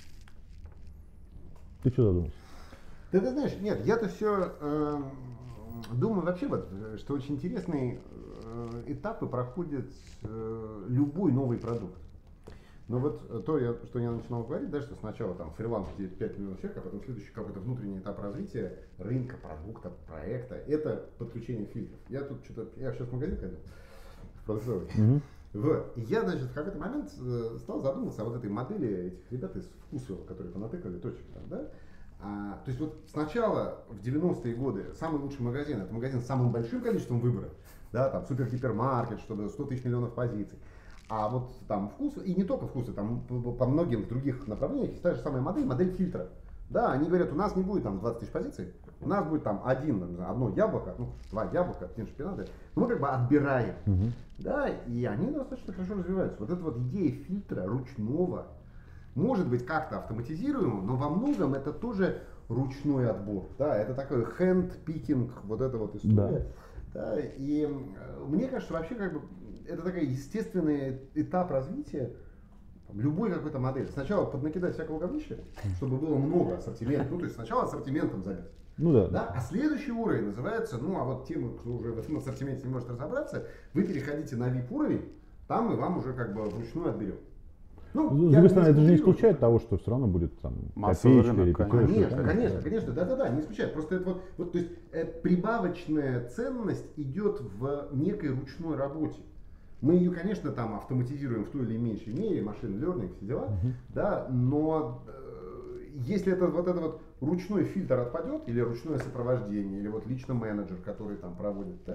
Ты что задумался? Ты, ты знаешь, нет, я-то все э, думаю вообще, вот, что очень интересные э, этапы проходит э, любой новый продукт. Но вот то, я, что я начинал говорить, да, что сначала там фриланс, где пять миллионов человек, а потом следующий какой-то внутренний этап развития рынка, продукта, проекта, это подключение фильтров. Я тут что-то, я сейчас в магазин ходил, в продуктовый. Mm-hmm. В, и я, значит, в какой-то момент стал задумываться о вот этой модели этих ребят из Вкусвилла, которые понатыкали точек там, да. А, то есть вот сначала в девяностые годы самый лучший магазин, это магазин с самым большим количеством выбора, да, там супер-гипермаркет, чтобы сто тысяч миллионов позиций. А вот там вкус, и не только вкусы, там по, по многим других направлениях есть та же самая модель, модель фильтра. Да, они говорят, у нас не будет там двадцать тысяч позиций, у нас будет там один, одно яблоко, ну, два яблока, один шпинат. Мы как бы отбираем. Угу. Да, и они достаточно хорошо развиваются. Вот эта вот идея фильтра ручного, может быть как-то автоматизируемым, но во многом это тоже ручной отбор. Да, это такой hand-picking, вот эта вот история. Да. Да, и мне кажется, вообще как бы это такой естественный этап развития любой какой-то модели. Сначала поднакидать всякого говнища, чтобы было много ассортимента. Ну, то есть сначала ассортиментом забить. Ну да. Да? А следующий уровень называется, ну, а вот тем, кто уже в этом ассортименте не может разобраться, вы переходите на ви ай пи-уровень, там мы вам уже как бы вручную отберем. Ну, с другой стороны, это же не исключает того, что все равно будет там копеечка или пятерочка. Конечно, конечно, конечно, да-да-да, не исключает. Просто это вот, вот то есть э, прибавочная ценность идет в некой ручной работе. Мы ее, конечно, там автоматизируем в той или меньшей мере, машин learning, все дела, uh-huh. да, но э, если это вот этот вот ручной фильтр отпадет, или ручное сопровождение, или вот лично менеджер, который там проводит, да,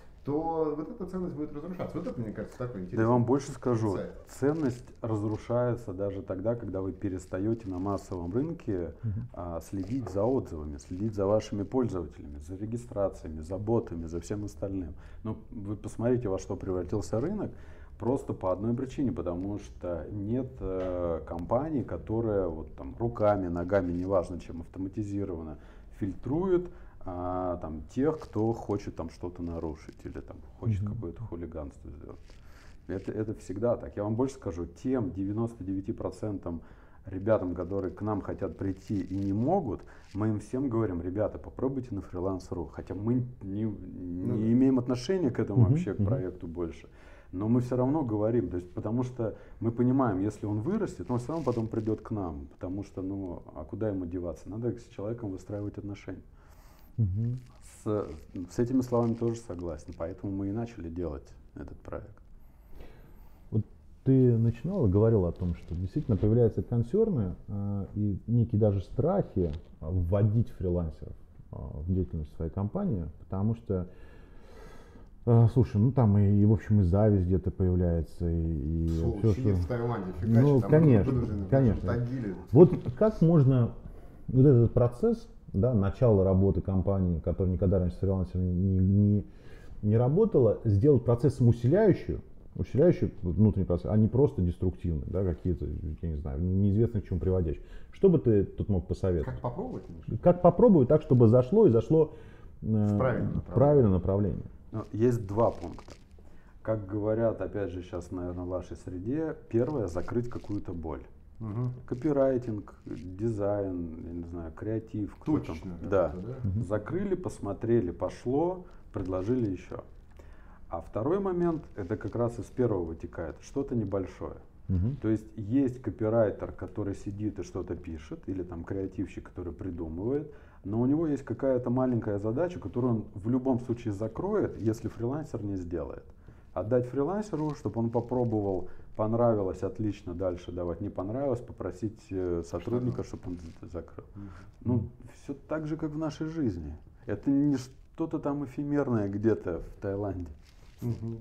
то вот эта ценность будет разрушаться. Вот это, мне кажется, такой интересный. Да я вам больше скажу, сайт. Ценность разрушается даже тогда, когда вы перестаете на массовом рынке uh-huh. а, следить за отзывами, следить за вашими пользователями, за регистрациями, за ботами, за всем остальным. Ну, вы посмотрите, во что превратился рынок. Просто по одной причине, потому что нет э, компании, которая вот там руками, ногами, неважно чем, автоматизированно фильтрует а, там, тех, кто хочет там что-то нарушить или там хочет mm-hmm. какое-то хулиганство сделать. Это, это всегда так. Я вам больше скажу, тем девяноста девяти процентам ребятам, которые к нам хотят прийти и не могут, мы им всем говорим: ребята, попробуйте на фриланс точка ру. Хотя мы не, не mm-hmm. имеем отношения к этому mm-hmm. вообще, к проекту mm-hmm. больше. Но мы все равно говорим, то есть, потому что мы понимаем, если он вырастет, он все равно потом придет к нам, потому что, ну, а куда ему деваться? Надо с человеком выстраивать отношения. Угу. С, с этими словами тоже согласен, поэтому мы и начали делать этот проект. Вот ты начинал и говорил о том, что действительно появляются консерны э, и некие даже страхи вводить фрилансеров э, в деятельность своей компании, потому что слушай, ну там и, и в общем и зависть где-то появляется, и, и Фу, все, что... в Таиланде, фигач, ну, там конечно, конечно. Вот как можно вот этот процесс, да, начала работы компании, которая никогда раньше с фрилансерами не, не, не работала, сделать процессом усиляющим, усиляющий внутренний процесс, а не просто деструктивный, да, какие-то, я не знаю, неизвестно к чему приводящие. Что бы ты тут мог посоветовать? Как попробовать? Конечно. Как попробовать так, чтобы зашло и зашло э, в правильное направление. Правильное направление. Ну, есть два пункта. Как говорят, опять же, сейчас, наверное, в вашей среде, первое — закрыть какую-то боль. Угу. Копирайтинг, дизайн, я не знаю, креатив. Точно. Да. да. Угу. Закрыли, посмотрели, пошло, предложили еще. А второй момент, это как раз из первого вытекает, что-то небольшое. Угу. То есть есть копирайтер, который сидит и что-то пишет, или там креативщик, который придумывает, но у него есть какая-то маленькая задача, которую он в любом случае закроет, если фрилансер не сделает. Отдать фрилансеру, чтобы он попробовал, понравилось, отлично, дальше давать, не понравилось, попросить сотрудника, чтобы он закрыл. Угу. Ну, все так же, как в нашей жизни. Это не что-то там эфемерное где-то в Таиланде. Угу.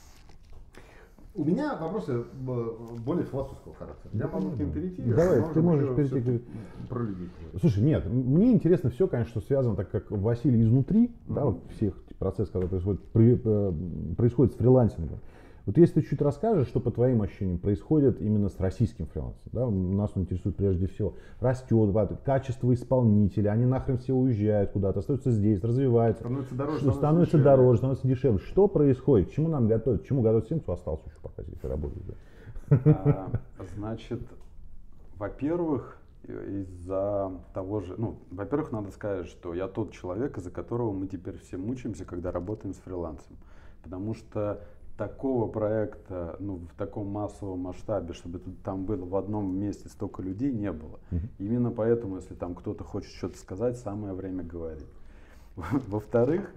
У меня вопросы более философского характера. Я могу к ним перейти. Давай, ты можешь перейти к... про людей. Слушай, нет, мне интересно все, конечно, что связано, так как Василий изнутри, mm-hmm. да, вот всех процессов, которые происходят, при, происходит с фрилансингом. Вот если ты чуть расскажешь, что по твоим ощущениям происходит именно с российским фрилансом, да, нас он интересует прежде всего, растет качество исполнителей, они нахрен все уезжают куда-то, остаются здесь, развиваются, становится дороже, что, становится, становится дороже, становится дешевле. Что происходит? К чему нам готовить? К чему готовить тем, кто остался еще пока здесь работает? Да? А, значит, во-первых, из-за того же, ну, во-первых, надо сказать, что я тот человек, из-за которого мы теперь все мучаемся, когда работаем с фрилансом, потому что такого проекта, ну, в таком массовом масштабе, чтобы там было в одном месте столько людей, не было. Uh-huh. Именно поэтому, если там кто-то хочет что-то сказать, самое время говорить. Во-вторых,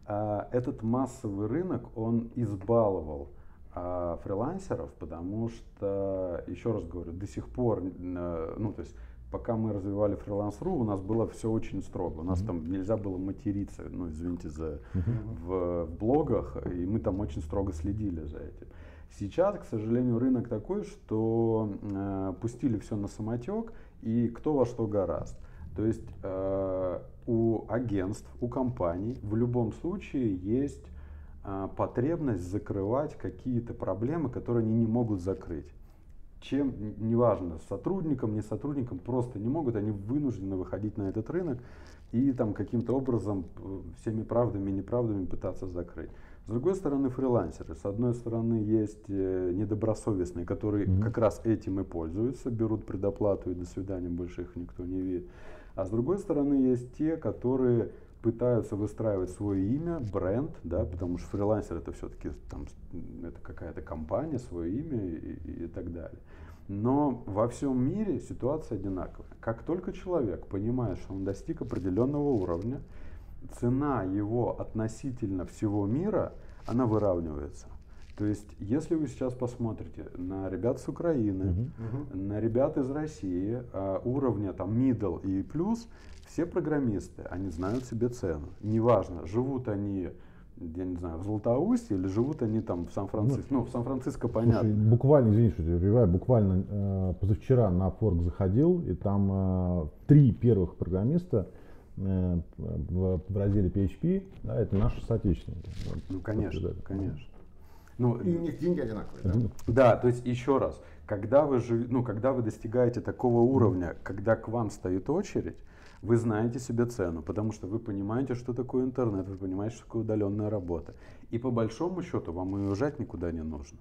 этот массовый рынок, он избаловал фрилансеров, потому что, еще раз говорю, до сих пор, ну, то есть, пока мы развивали фриланс точка ру, у нас было все очень строго. У нас mm-hmm. там нельзя было материться, ну, извините, за, mm-hmm. в, в блогах, и мы там очень строго следили за этим. Сейчас, к сожалению, рынок такой, что э, пустили все на самотек, и кто во что гораст. То есть э, у агентств, у компаний в любом случае есть э, потребность закрывать какие-то проблемы, которые они не могут закрыть. Чем, неважно, с сотрудником, не сотрудником, просто не могут, они вынуждены выходить на этот рынок и там каким-то образом всеми правдами и неправдами пытаться закрыть. С другой стороны, фрилансеры. С одной стороны, есть недобросовестные, которые mm-hmm. как раз этим и пользуются, берут предоплату и до свидания, больше их никто не видит. А с другой стороны, есть те, которые пытаются выстраивать свое имя, бренд, да, потому что фрилансер это все-таки там, это какая-то компания, свое имя и, и, и так далее. Но во всем мире ситуация одинаковая. Как только человек понимает, что он достиг определенного уровня, цена его относительно всего мира, она выравнивается. То есть, если вы сейчас посмотрите на ребят с Украины, uh-huh. на ребят из России, uh, уровня там middle и плюс, все программисты, они знают себе цену. Неважно, живут они, я не знаю, в Златоусте или живут они там в Сан-Франциско. Ну, ну в Сан-Франциско понятно. Слушай, буквально, извини, что я перебиваю, буквально э, позавчера на Upwork заходил, и там э, три первых программиста э, в, в разделе пи эйч пи, да, это наши соотечественники. Ну, конечно, конечно. Ну, и у них деньги одинаковые. Да, да, то есть еще раз, когда вы, жив... ну, когда вы достигаете такого уровня, когда к вам стоит очередь, вы знаете себе цену, потому что вы понимаете, что такое интернет, вы понимаете, что такое удаленная работа. И по большому счету вам и уезжать никуда не нужно.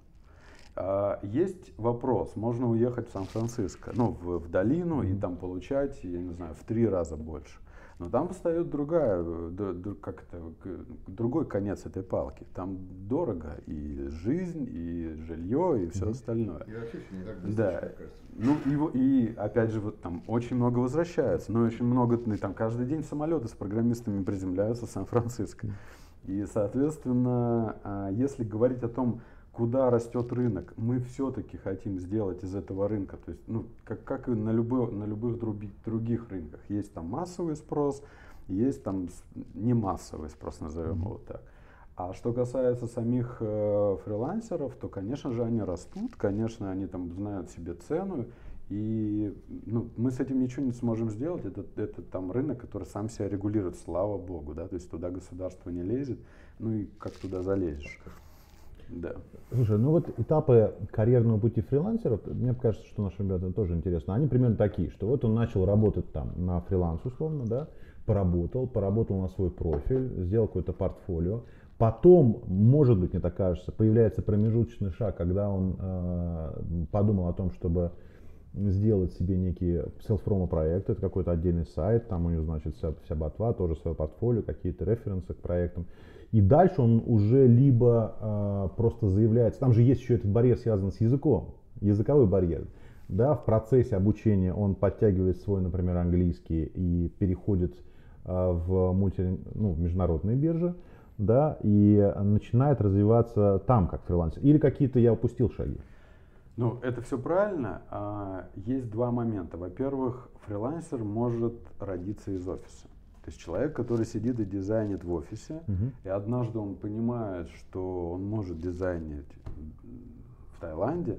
Есть вопрос, можно уехать в Сан-Франциско, ну, в, в долину и там получать, я не знаю, в три раза больше. Но там встает другая, как это, другой конец этой палки. Там дорого и жизнь, и жилье, и все остальное. И вообще не так быстро, да. мне кажется. Ну и, и опять же, вот там очень много возвращаются, но очень много, там каждый день самолеты с программистами приземляются в Сан-Франциско. И, соответственно, если говорить о том, куда растет рынок, мы все-таки хотим сделать из этого рынка, то есть, ну, как, как и на, любых, на любых други, других рынках, есть там массовый спрос, есть там не массовый спрос, назовем его так. А что касается самих э, фрилансеров, то, конечно же, они растут, конечно, они там знают себе цену, и ну, мы с этим ничего не сможем сделать, это, это там рынок, который сам себя регулирует, слава богу, да, то есть туда государство не лезет, ну и как туда залезешь. Да. Слушай, ну вот этапы карьерного пути фрилансеров, мне кажется, что нашим ребятам тоже интересно. Они примерно такие, что вот он начал работать там на фриланс условно, да, поработал, поработал на свой профиль, сделал какое-то портфолио. Потом, может быть, мне так кажется, появляется промежуточный шаг, когда он э, подумал о том, чтобы сделать себе некий селф-промо проект, это какой-то отдельный сайт, там у него, значит, вся, вся ботва, тоже свое портфолио, какие-то референсы к проектам. И дальше он уже либо э, просто заявляется, там же есть еще этот барьер, связанный с языком, языковой барьер. Да, в процессе обучения он подтягивает свой, например, английский и переходит э, в мульти, ну, международные биржи, да, и начинает развиваться там как фрилансер. Или какие-то я упустил шаги. Ну, это все правильно. Есть два момента. Во-первых, фрилансер может родиться из офиса. То есть человек, который сидит и дизайнит в офисе, uh-huh. и однажды он понимает, что он может дизайнить в Таиланде,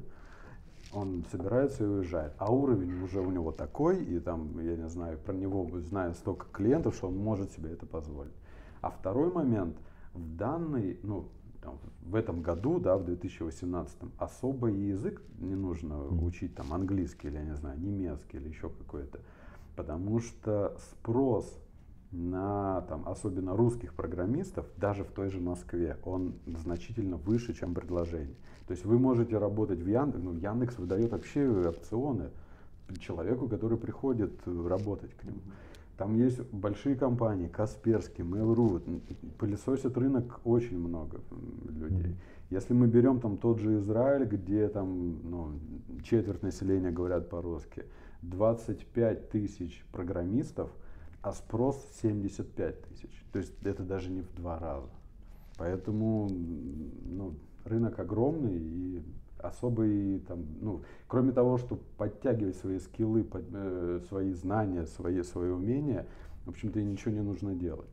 он собирается и уезжает. А уровень уже у него такой, и там, я не знаю, про него знает столько клиентов, что он может себе это позволить. А второй момент, в данный, ну, в этом году, да, в две тысячи восемнадцатом, особо язык не нужно mm. учить, там, английский или, я не знаю, немецкий или еще какой-то, потому что спрос на, там, особенно русских программистов, даже в той же Москве, он значительно выше, чем предложение. То есть вы можете работать в Яндексе, ну, Яндекс выдает вообще опционы человеку, который приходит работать к нему. Там есть большие компании, Касперский, Mail.ru, пылесосит рынок очень много людей. Если мы берем там тот же Израиль, где там, ну, четверть населения говорят по-русски, двадцать пять тысяч программистов, а спрос семьдесят пять тысяч. То есть это даже не в два раза. Поэтому, ну, рынок огромный и особый, там, ну, кроме того, что подтягивать свои скиллы, под, э, свои знания, свои, свои умения, в общем-то, ничего не нужно делать.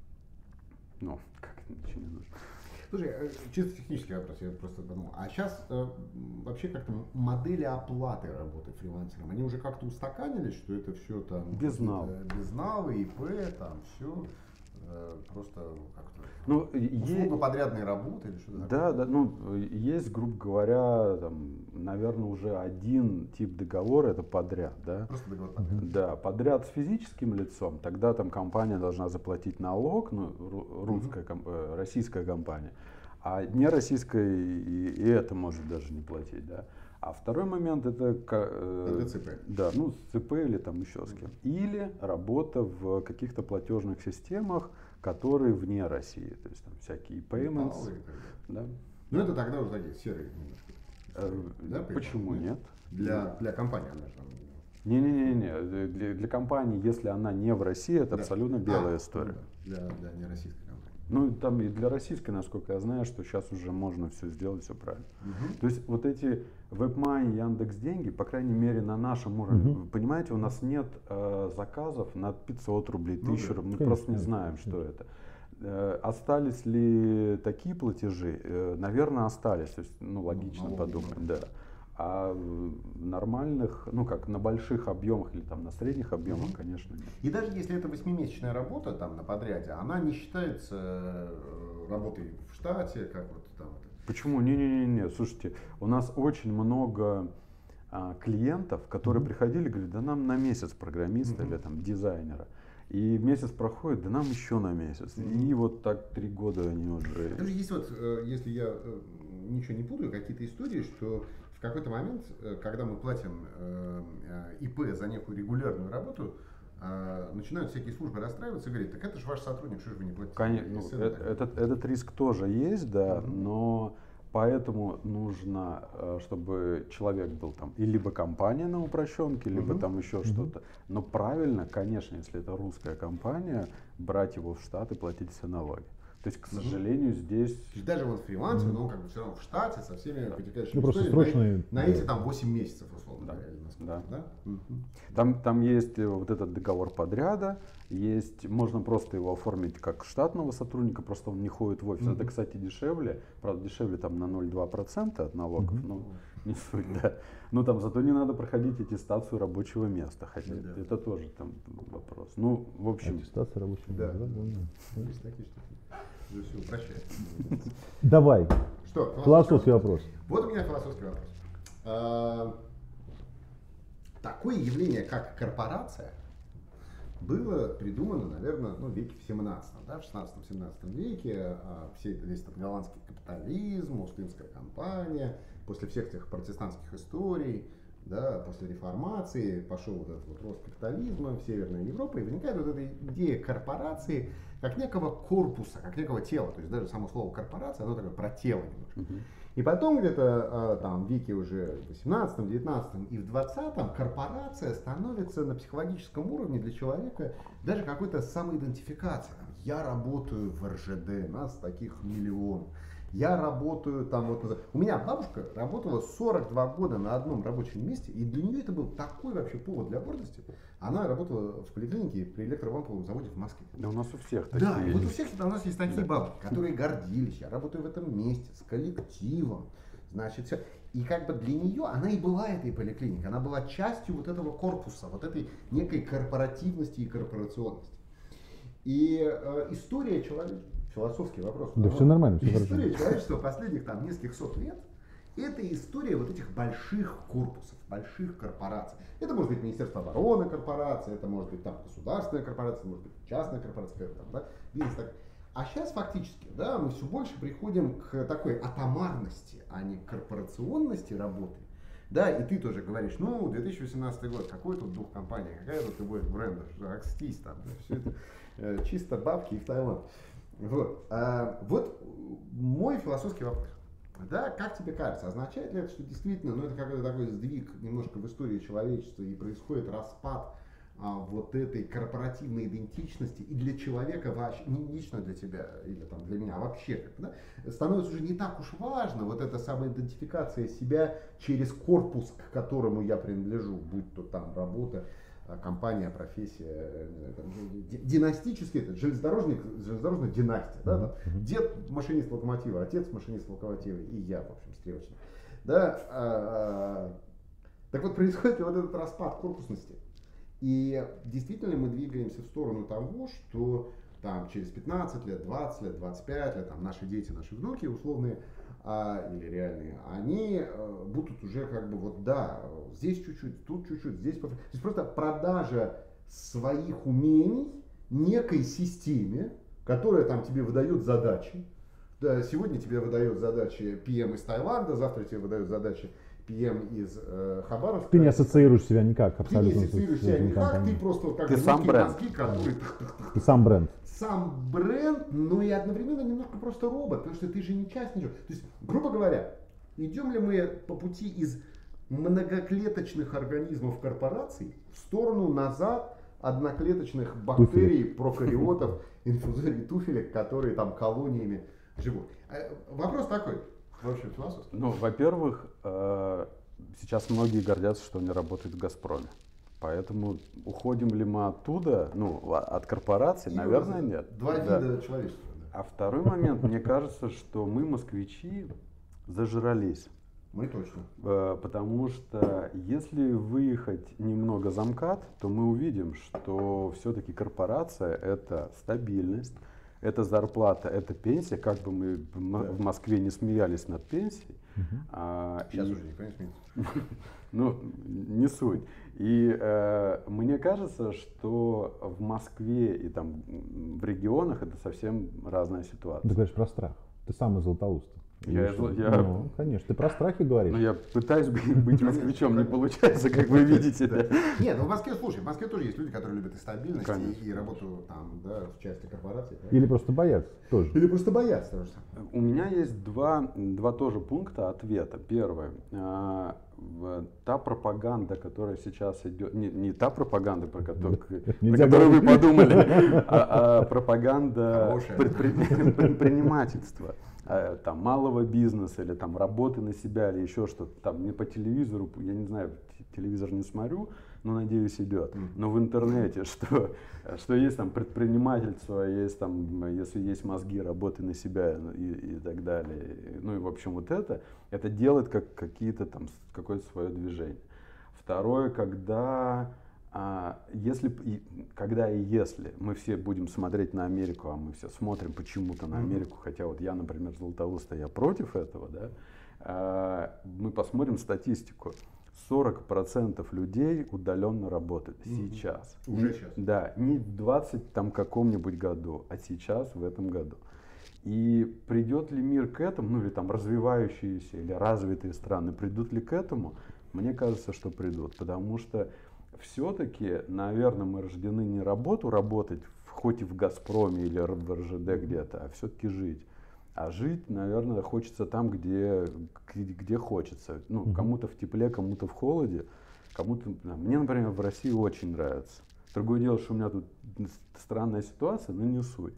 Ну, как ничего не нужно. Слушай, чисто технический вопрос, я просто подумал. А сейчас э, вообще как-то модели оплаты работы фрилансером, они уже как-то устаканились, что это все там безнал, безналы, ИП, там все. Просто как-то ну, услуго-подрядные работы или что-то да, такое? Да, ну, есть, грубо говоря, там, наверное, уже один тип договора, это подряд, да? Просто договор подряд. Да, подряд с физическим лицом, тогда там компания должна заплатить налог, ну, русская, mm-hmm. российская компания, а не российская и, и это может даже не платить, да? А второй момент это, э, это ЦП. Да, ну ЦП или там еще с кем. Или работа в каких-то платежных системах, которые вне России, то есть там всякие payments. Да. Ну это тогда уже такие серые немножко. Э, да, почему нет? Для, для компании она же там. Не-не-не, для, для компании, если она не в России, это да. абсолютно белая а, история. Для, для нероссийской компании. Ну, там и для российской, насколько я знаю, что сейчас уже можно все сделать, все правильно. Uh-huh. То есть вот эти WebMoney, Яндекс.Деньги, по крайней мере, на нашем уровне, uh-huh. понимаете, у нас нет э, заказов на пятьсот рублей, тысячу ну, рублей, мы конечно, просто не знаем, что конечно. это. Э, остались ли такие платежи? Э, наверное, остались, то есть, ну, логично ну, подумать, ну, да. А в нормальных, ну как, на больших объемах или там на средних объемах, mm-hmm. конечно, нет. И даже если это восьмимесячная работа там на подряде, она не считается работой в штате, как вот там это. Почему? Не-не-не, слушайте, у нас очень много а, клиентов, которые mm-hmm. приходили и говорят, да нам на месяц программиста mm-hmm. или там дизайнера. И месяц проходит, да нам еще на месяц. Mm-hmm. И вот так три года они уже... Даже есть вот, если я ничего не путаю, какие-то истории, что в какой-то момент, когда мы платим ИП за некую регулярную работу, начинают всякие службы расстраиваться и говорить, так это же ваш сотрудник, что же вы не платите? Конечно, ну, этот, этот риск тоже есть, да, mm-hmm. но поэтому нужно, чтобы человек был там, и либо компания на упрощенке, либо mm-hmm. там еще mm-hmm. что-то. Но правильно, конечно, если это русская компания, брать его в штат и платить все налоги. То есть, к сожалению, mm-hmm. здесь... Даже вот фрилансер, mm-hmm. но он как бы все равно в штате со всеми да. вытекающими ну, историями. На, на эти там восемь месяцев, условно да. говоря. Да. Да? Mm-hmm. Там, там есть вот этот договор подряда, есть, можно просто его оформить как штатного сотрудника, просто он не ходит в офис. Mm-hmm. Это, кстати, дешевле, правда, дешевле там на ноль целых два десятых процента от налогов, mm-hmm. но не суть, да. Но там зато не надо проходить аттестацию рабочего места, хотя mm-hmm. это тоже там вопрос. Ну, в общем... Аттестация рабочего да. места, да. Есть такие штуки. Уже все, прощай. Давай. Что? Философский вопрос. Вот у меня философский вопрос. А, такое явление, как корпорация, было придумано, наверное, ну, в веке в семнадцатом, да, в шестнадцатом-семнадцатом веке. А, все, весь этот голландский капитализм, Ост-Индская компания, после всех этих протестантских историй, да, после реформации пошел вот этот вот рост капитализма в Северной Европе, и возникает вот эта идея корпорации как некого корпуса, как некого тела. То есть даже само слово корпорация, оно такое про тело немножко. Uh-huh. И потом где-то там в веке уже в восемнадцатом, девятнадцатом и в двадцатом корпорация становится на психологическом уровне для человека даже какой-то самоидентификацией. Я работаю в эр жэ дэ, нас таких миллион. Я работаю там вот... У меня бабушка работала сорок два года на одном рабочем месте, и для нее это был такой вообще повод для гордости. Она работала в поликлинике при электровамповом заводе в Москве. Да у нас у всех такие. Да, вот у всех у нас есть такие да. бабушки, которые гордились. Я работаю в этом месте с коллективом. Значит, все. И как бы для нее она и была этой поликлиникой. Она была частью вот этого корпуса, вот этой некой корпоративности и корпорационности. И э, история человека... Философский вопрос. Да, все нормально. Все история хорошо. человечества последних там нескольких сот лет — это история вот этих больших корпусов, больших корпораций. Это может быть Министерство обороны корпорация, это может быть там государственная корпорация, это может быть частная корпорация, там, да, бизнес. Так. А сейчас фактически, да, мы все больше приходим к такой атомарности, а не корпорационности работы. Да, и ты тоже говоришь, ну, две тысячи восемнадцатый год, какой тут дух компании, какая тут любовь к бренду, акстись там, да, все это э, чисто бабки и в Таиланд. Вот. А, вот мой философский вопрос. Да, как тебе кажется, означает ли это, что действительно, ну, это какой-то такой сдвиг немножко в истории человечества и происходит распад а, вот этой корпоративной идентичности, и для человека вообще, не лично для тебя или там для меня, а вообще, как бы, да, становится уже не так уж важно вот эта самоидентификация себя через корпус, к которому я принадлежу, будь то там работа, компания, профессия, там, династический, это железнодорожник, железнодорожная династия, да, там, дед машинист локомотива, отец машинист локомотива и я, в общем, стрелочник. Да, а, а, так вот, происходит вот этот распад корпусности. И действительно мы двигаемся в сторону того, что там через пятнадцать лет, двадцать лет, двадцать пять лет, там наши дети, наши внуки условные а, или реальные, они а, будут уже как бы вот да, здесь чуть-чуть, тут чуть-чуть, здесь... То есть просто продажа своих умений некой системе, которая там тебе выдает задачи. Да, сегодня тебе выдает задачи пи эм из Таиланда, завтра тебе выдают задачи пи эм из э, Хабаровска. Ты не ассоциируешь себя никак абсолютно. Ты не ассоциируешь себя никак, компанией. Ты просто как ты сам бренд. Мозги, который... Ты сам бренд. Сам бренд, но и одновременно немножко просто робот, потому что ты же не часть ничего. То есть, грубо говоря, идем ли мы по пути из многоклеточных организмов корпораций в сторону назад одноклеточных бактерий, туфелек. Прокариотов, инфузорий туфелек, которые там колониями живут. Вопрос такой. В общем, философский. Ну, во-первых, сейчас многие гордятся, что они работают в «Газпроме». Поэтому уходим ли мы оттуда, ну, от корпораций, и наверное, нет. Два да. вида человечества. Да. А второй момент, мне кажется, что мы, москвичи, зажрались. Мы точно. Потому что если выехать немного за МКАД, то мы увидим, что все-таки корпорация — это стабильность, это зарплата, это пенсия, как бы мы в Москве не смеялись над пенсией. А, Сейчас и, уже никто не смеется. ну, не суть. И э, мне кажется, что в Москве и там в регионах это совсем разная ситуация. Ты говоришь про страх. Ты сам из Златоуста. Я, Или что? я- Ну, конечно, ты про страхи говоришь. Ну, я пытаюсь быть быть москвичом, не получается, как вы видите. Да. Нет, ну в Москве, слушай, в Москве тоже есть люди, которые любят и стабильность, и, Конечно. и работу там, да, в части корпорации. да. Или просто боятся тоже. Или просто боятся того же самого. У меня есть два, два тоже пункта ответа. Первое. А, в- Та пропаганда, которая сейчас идет, не, не та пропаганда, про которую, про Нельзя которую вы говорить. подумали, а, а пропаганда Хорошая. предпри- предпринимательства, а, там, малого бизнеса или там, работы на себя или еще что-то. Там, не по телевизору, я не знаю, т- телевизор не смотрю, но надеюсь идет. Но в интернете, что, что есть там предпринимательство, есть там, если есть мозги, работы на себя и, и так далее. Ну и в общем вот это, это делает как какие-то там с- какое-то свое движение. Второе, когда а, если, б и, когда и если мы все будем смотреть на Америку, а мы все смотрим почему-то на Америку, хотя вот я, например, Златоуста, я против этого, да, а, мы посмотрим статистику. сорок процентов людей удаленно работают сейчас. Уже Не- сейчас. Да, не в двадцать там каком-нибудь году, а сейчас, в этом году. И придет ли мир к этому, ну или там развивающиеся или развитые страны, придут ли к этому? Мне кажется, что придут, потому что все-таки, наверное, мы рождены не работу работать, в- хоть и в «Газпроме» или в эр жэ дэ где-то, а все-таки жить. А жить, наверное, хочется там, где, где, где хочется. Ну, кому-то в тепле, кому-то в холоде, кому-то... да, Мне, например, в России очень нравится. Другое дело, что у меня тут странная ситуация, но не суть.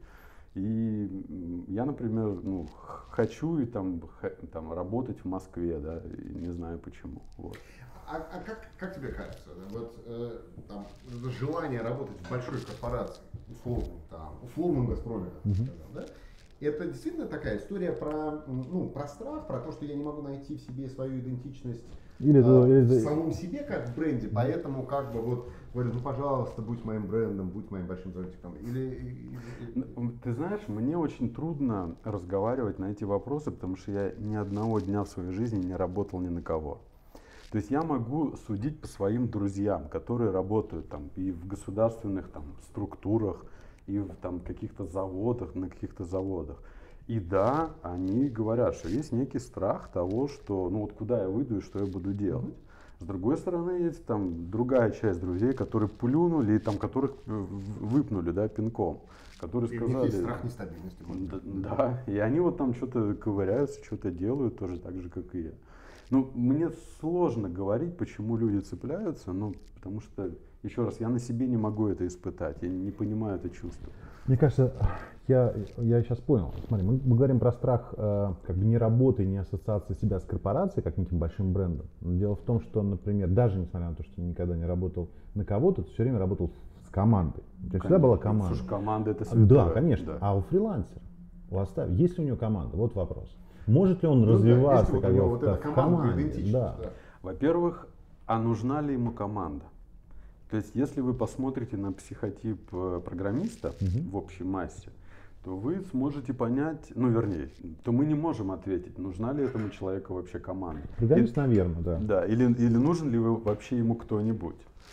И м, я, например, ну, х- хочу и там, х- там работать в Москве, да, и не знаю почему. Вот. А, а как, как тебе кажется, да, вот э, там, желание работать в большой корпорации, условно, там, условном «Газпроме», как ты сказал, да, это действительно такая история про, м, ну, про страх, про то, что я не могу найти в себе свою идентичность Или э, это- или в это- самом себе как в бренде, поэтому как бы вот говорю, ну пожалуйста, будь моим брендом, будь моим большим зонтиком. Или, или- Ну, Ты знаешь, мне очень трудно разговаривать на эти вопросы, потому что я ни одного дня в своей жизни не работал ни на кого. То есть я могу судить по своим друзьям, которые работают там и в государственных там структурах, и в там каких-то заводах, на каких-то заводах. И да, они говорят, что есть некий страх того, что ну вот куда я выйду и что я буду делать. С другой стороны, есть там другая часть друзей, которые плюнули, и там которых э, в- выпнули, да, пинком, которые и у них сказали... есть страх нестабильности. может Да, быть. да, и они вот там что-то ковыряются, что-то делают тоже так же, как и я. Ну, мне сложно говорить, почему люди цепляются, ну, потому что, еще раз, я на себе не могу это испытать, я не понимаю это чувство. Мне кажется, я, я сейчас понял. Смотри, мы, мы говорим про страх э, как бы не работы, не ассоциации себя с корпорацией, как неким большим брендом. Но дело в том, что, например, даже несмотря на то, что ты никогда не работал на кого-то, ты все время работал с командой. У тебя всегда была команда. Слушай, команда это святое. Да, конечно. Да. А у фрилансера, у оставь, есть ли у него команда? Вот вопрос. Может ли он Ну да, развиваться есть вот у как него бы вот в, эта в командная команде? идентичность, Да. да. Во-первых, а нужна ли ему команда? То есть, если вы посмотрите на психотип э, программиста в общей массе, то вы сможете понять, ну, вернее, то мы не можем ответить, нужна ли этому человеку вообще команда. Программист, И- наверное, да. Да, или, или нужен ли вы- вообще ему кто-нибудь.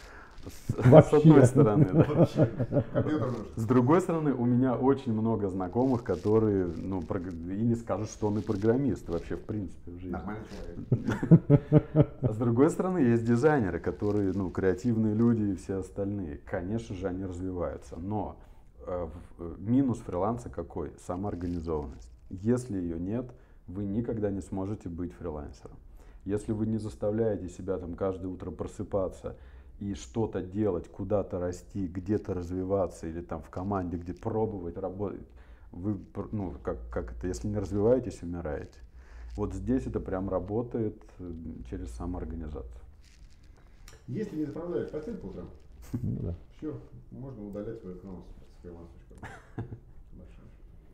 С, с Вообще. одной стороны, да. Компьютер нужен. С другой стороны, у меня очень много знакомых, которые, ну, прог- и не скажут, что он и программист вообще, в принципе, в жизни. Нормальный человек. А с другой стороны, есть дизайнеры, которые, ну, креативные люди и все остальные. Конечно же, они развиваются. Но э, в- э, минус фриланса какой? Самоорганизованность. Если ее нет, вы никогда не сможете быть фрилансером. Если вы не заставляете себя там каждое утро просыпаться и что-то делать, куда-то расти, где-то развиваться или там в команде, где пробовать работать, вы, пр- ну, как, как это, если не развиваетесь, умираете. Вот здесь это прям работает э, через самоорганизацию. Если не заправляешь постель по утрам, Ну да. все, можно удалять свой аккаунт с фриланс точка ру. Большой.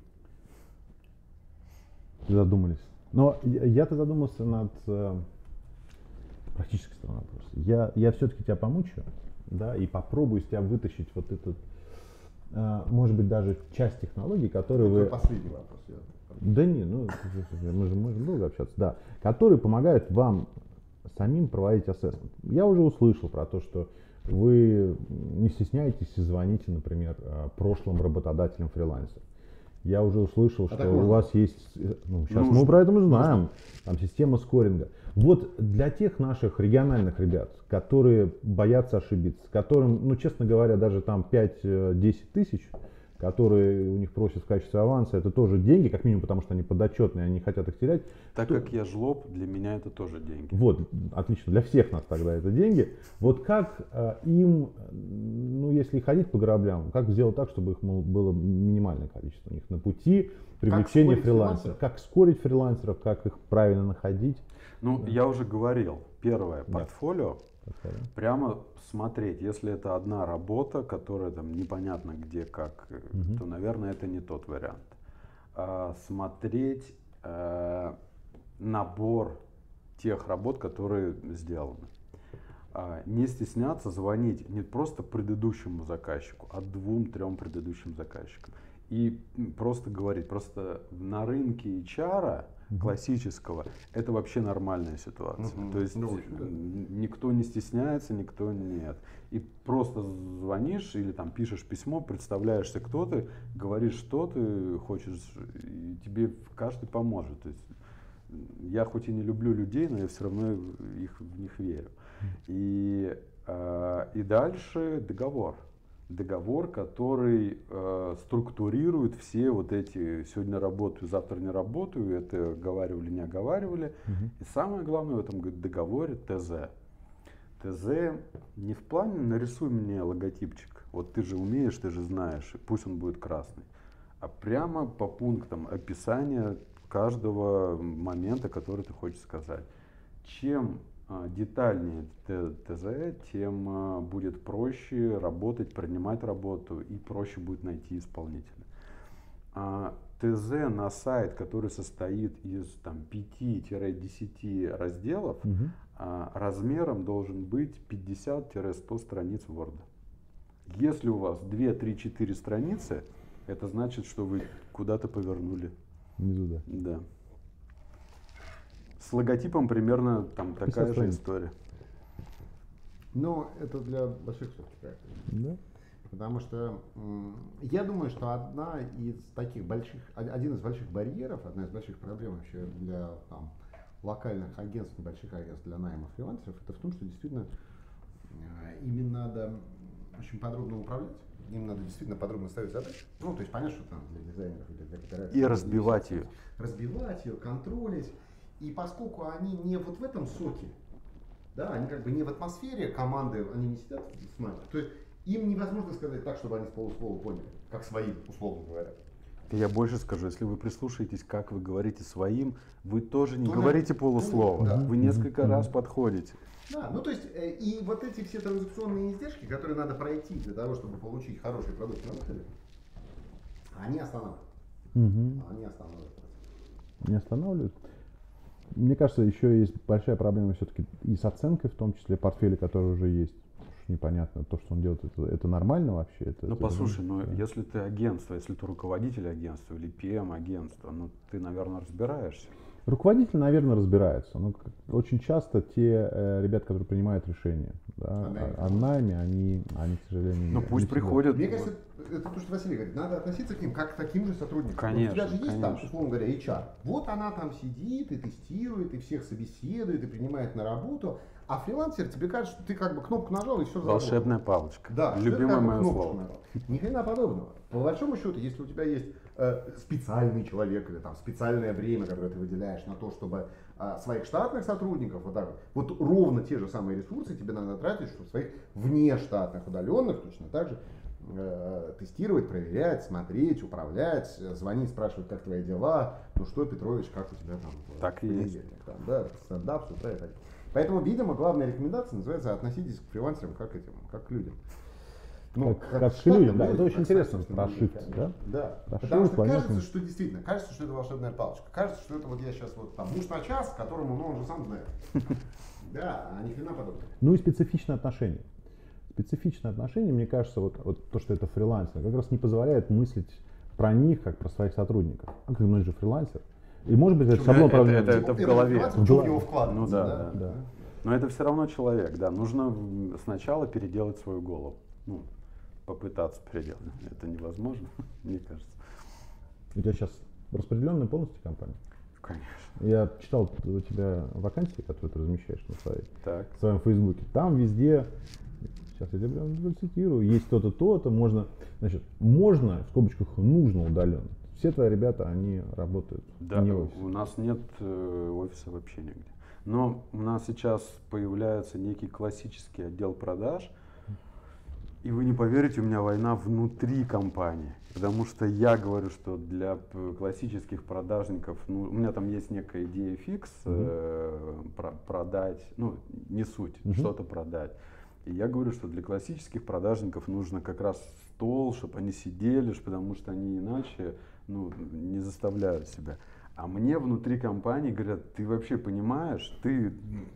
Задумались. Но я- я-то задумался над э, практической стороной вопроса. Я, я все-таки тебя помучаю, да, и попробую из тебя вытащить вот этот а, может быть, даже часть технологий, которые вы... Это последний вопрос. Я... Да не, ну, мы же можем долго общаться, да. Которые помогают вам самим проводить ассессмент. Я уже услышал про то, что вы не стесняетесь и звоните, например, прошлым работодателям фрилансеров. Я уже услышал, а что у вас есть, ну, сейчас Нужно. мы про это мы знаем, Нужно. там система скоринга. Вот для тех наших региональных ребят, которые боятся ошибиться, которым, ну, честно говоря, даже там пять-десять тысяч, которые у них просят в качестве аванса, это тоже деньги, как минимум, потому что они подотчетные, они не хотят их терять. Так То- как я жлоб, для меня это тоже деньги. Вот, отлично, для всех нас тогда это деньги. Вот как э, им, ну, если ходить по граблям, как сделать так, чтобы их мол, было минимальное количество у них на пути привлечения скорить фрилансеров? фрилансеров? Как скорить фрилансеров, как их правильно находить? Ну, я уже говорил, первое, портфолио, Такое, да? прямо смотреть, если это одна работа, которая там непонятно где, как, э, то, наверное, это не тот вариант. А, смотреть э, набор тех работ, которые сделаны. А, не стесняться звонить не просто предыдущему заказчику, а двум-трем предыдущим заказчикам. И м, просто говорить, просто на рынке эйч ар классического это вообще нормальная ситуация. Мгм. То есть Ну, в общем, да. м, никто не стесняется, никто нет. И просто звонишь или там пишешь письмо, представляешься, кто ты, говоришь, что ты хочешь, и тебе каждый поможет. То есть я хоть и не люблю людей, но я все равно их, в них верю. И, э, и дальше договор. Договор, который э, структурирует все вот эти сегодня работаю, завтра не работаю, это оговаривали, не оговаривали. И самое главное в этом договоре ТЗ. ТЗ не в плане нарисуй мне логотипчик, вот ты же умеешь, ты же знаешь, и пусть он будет красный, а прямо по пунктам описания каждого момента, который ты хочешь сказать. Чем а, детальнее т- ТЗ, тем а, будет проще работать, принимать работу и проще будет найти исполнителя. А, ТЗ на сайт, который состоит из там, пяти-десяти разделов, Мгм. а, размером должен быть пятьдесят-сто страниц Word. Если у вас две, три, четыре страницы, это значит, что вы куда-то повернули. Внизу, да. Да. С логотипом примерно там такая же страниц. история. Но это для больших все-таки проектов. Да? Потому что м, я думаю, что одна из таких больших, од- один из больших барьеров, одна из больших проблем вообще для там, локальных агентств, небольших агентств для найма фрилансеров, это в том, что действительно э, ими надо очень подробно управлять, им надо действительно подробно ставить задачи. Ну, то есть понятно, что там для дизайнеров или для копирайтеров. И разбивать ее. Разбивать ее, контролить. И поскольку они не вот в этом соке, да, они как бы не в атмосфере команды, они не сидят с нами. То есть им невозможно сказать так, чтобы они с полуслова поняли, как свои, условно говоря. Я больше скажу, если вы прислушаетесь, как вы говорите своим, вы тоже не Тоже- говорите полуслова. Да. Вы несколько раз подходите. Да, ну то есть э, и вот эти все транзакционные издержки, которые надо пройти для того, чтобы получить хороший продукт на выходе, они останавливают. Мгм. Они останавливают. Не останавливают. Мне кажется, еще есть большая проблема все-таки и с оценкой, в том числе портфеля, который уже есть. Потому что непонятно, то, что он делает, это, это нормально вообще? Это, Ну это- послушай, ну да. если ты агентство, если ты руководитель агентства или пи эм агентства, ну ты, наверное, разбираешься. Руководитель, наверное, разбирается. Но как- очень часто те э, ребята, которые принимают решения да, О найме. о, о найме, они, они, к сожалению, Ну не- пусть не всегда. приходят. Мне кажется, это то, что Василий говорит, надо относиться к ним как к таким же сотрудникам. Конечно, Вот у тебя же есть там, конечно. условно говоря, эйч ар. Вот она там сидит и тестирует, и всех собеседует, и принимает на работу. А фрилансер, тебе кажется, что ты как бы кнопку нажал и все заработало. Волшебная палочка. Да, что это Любимое как бы мое кнопочку слово. нажал. Ни хрена подобного. По большому счету, если у тебя есть э, специальный человек или там специальное время, которое ты выделяешь на то, чтобы э, своих штатных сотрудников вот так вот, вот ровно те же самые ресурсы тебе надо тратить, чтобы своих внештатных удаленных точно так же э, тестировать, проверять, смотреть, управлять, э, звонить, спрашивать, как твои дела, ну что, Петрович, как у тебя там в Так и есть. понедельник, там, да, стендап, с утра и так. Поэтому, видимо, главная рекомендация называется относитесь к фрилансерам как к этим, как к людям. Как- как к штатным людям, да, это очень как интересно, собственным про людям, shift, конечно. Да. Про Потому shift, что понятно. кажется, что действительно, кажется, что это волшебная палочка. Кажется, что это вот я сейчас вот там муж на час, которому, ну, он же сам знает. Да, а ни хрена подобного. Ну и специфичное отношение. специфичное отношение, мне кажется, вот, вот то, что это фрилансер, как раз не позволяет мыслить про них, как про своих сотрудников. А как он же фрилансер. И может быть это шаблон, это, правда, это, это в голове. В чем его вклад? Ну да, да. да. да. Но это все равно человек, да. Нужно сначала переделать свою голову. Ну, попытаться переделать. Это невозможно, мне кажется. У тебя сейчас распределенная полностью компания? Конечно. Я читал у тебя вакансии, которые ты размещаешь на своей, Так. в своем фейсбуке. Там везде, сейчас я тебя прям процитирую, есть то-то, то-то, можно, значит, можно, в скобочках, нужно удаленно. Все твои ребята, они работают Да, не в офисе. у нас нет э, офиса вообще нигде. Но у нас сейчас появляется некий классический отдел продаж. И вы не поверите, у меня война внутри компании. Потому что я говорю, что для классических продажников, ну, у меня там есть некая идея фикс, э, про, продать, ну, не суть, Мгм. что-то продать. И я говорю, что для классических продажников нужно как раз стол, чтобы они сидели, ж- потому что они иначе, ну, не заставляют себя. А мне внутри компании говорят, ты вообще понимаешь, ты...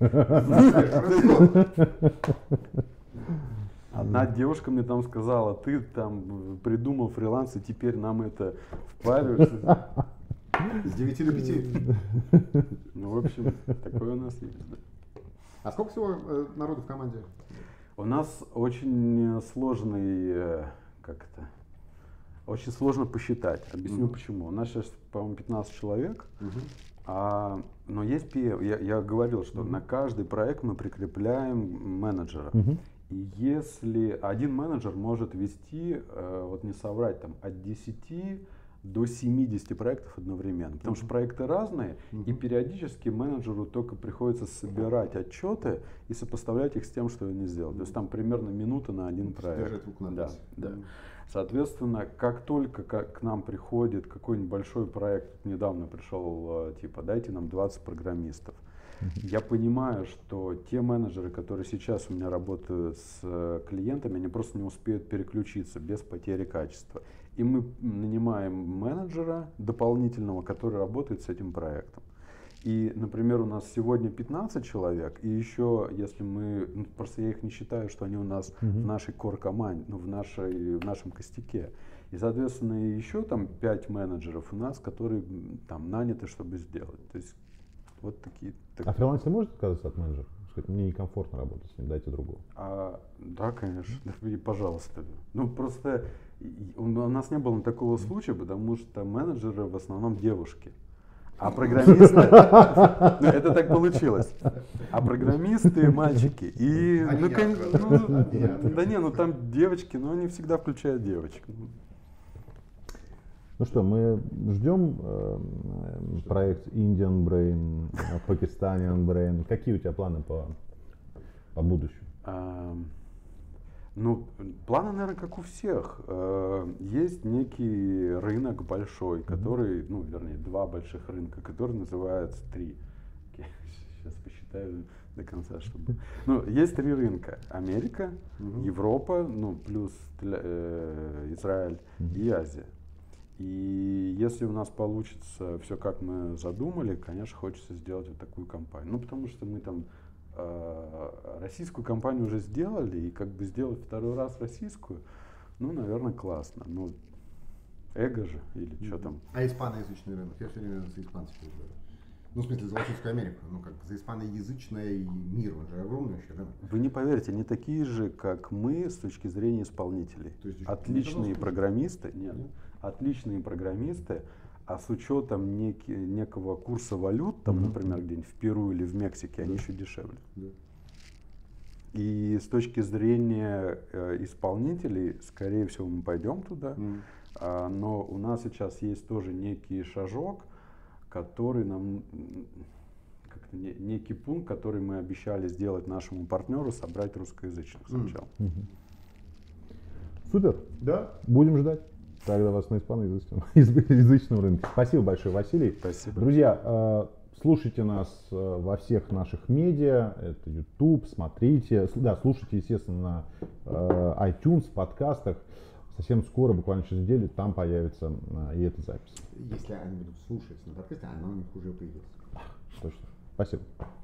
Одна девушка мне там сказала, ты там придумал фриланс, и теперь нам это впариваешься. С девяти до пяти. Ну, в общем, такое у нас есть. Да. А сколько всего э, народу в команде? У нас очень сложный, э, как это, очень сложно посчитать. Объясню Мгм. почему. У нас сейчас, по-моему, пятнадцать человек, Мгм. а, но есть пи эм. Я, я говорил, что на каждый проект мы прикрепляем менеджера. Мгм. И если один менеджер может вести, э, вот не соврать, там, от десяти до семидесяти проектов одновременно. Потому что проекты разные, и периодически менеджеру только приходится собирать отчеты и сопоставлять их с тем, что они сделали. То есть там примерно минута на один проект. Держать руку на Да, пульсе. да. Мгм. Соответственно, как только как к нам приходит какой-нибудь большой проект, недавно пришел, э, типа, дайте нам двадцать программистов. Я понимаю, что те менеджеры, которые сейчас у меня работают с э, клиентами, они просто не успеют переключиться без потери качества. И мы нанимаем менеджера дополнительного, который работает с этим проектом. И, например, у нас сегодня пятнадцать человек, и еще, если мы, ну, просто я их не считаю, что они у нас Мгм. в нашей core-команде, ну, в, нашей, в нашем костяке. И, соответственно, еще там пять менеджеров у нас, которые м, там наняты, чтобы сделать. То есть вот такие. так- А фрилансер может отказаться от менеджера? Сказать, мне некомфортно работать с ним, дайте другого. А, да, конечно, да, и пожалуйста. Ну, просто и- у у нас не было такого случая, потому что менеджеры в основном девушки. А программисты, ну, это так получилось. А программисты мальчики. И, Они ну, не кон- отказываются. ну, Они не отказываются. да не, ну там девочки, но они всегда включают девочек. Ну, Ну что, мы ждем э, э, проект Indian Brain, э, Pakistanian Brain. Какие у тебя планы по, по будущему? а, Ну, планы, наверное, как у всех. Э, Есть некий рынок большой, который, ну, вернее, два больших рынка, который называется три. Сейчас посчитаю до конца, чтобы... Ну, есть три рынка. Америка, Европа, ну, плюс тля- э, Израиль и Азия. И если у нас получится все, как мы задумали, конечно, хочется сделать вот такую компанию. Ну, потому что мы там э, российскую компанию уже сделали, и как бы сделать второй раз российскую, ну, наверное, классно. Ну, эго же, или что там. А испаноязычный рынок? Я все время за испанцев говорю. Ну, в смысле, за Латинскую Америку. Ну, как за испаноязычный мир, он же огромный вообще рынок. Вы не поверите, они такие же, как мы с точки зрения исполнителей. То есть Отличные не программисты, нет, отличные программисты, а с учетом неки- некого курса валют, там, например, где-нибудь в Перу или в Мексике, они еще дешевле. Да. И с точки зрения э, исполнителей, скорее всего, мы пойдем туда, Мгм. а, но у нас сейчас есть тоже некий шажок, который нам, м, как-то не- некий пункт, который мы обещали сделать нашему партнеру, собрать русскоязычных Мгм. сначала. Супер, Да? будем ждать тогда вас на испаноязычном язычном рынке. Спасибо большое, Василий. Спасибо. Друзья, э, слушайте нас э, во всех наших медиа, это YouTube, смотрите, с- да, слушайте, естественно, на э, iTunes, в подкастах. Совсем скоро, буквально через неделю, там появится э, и эта запись. Если они будут слушать на подкасте, она у них уже появилась. Точно. Спасибо.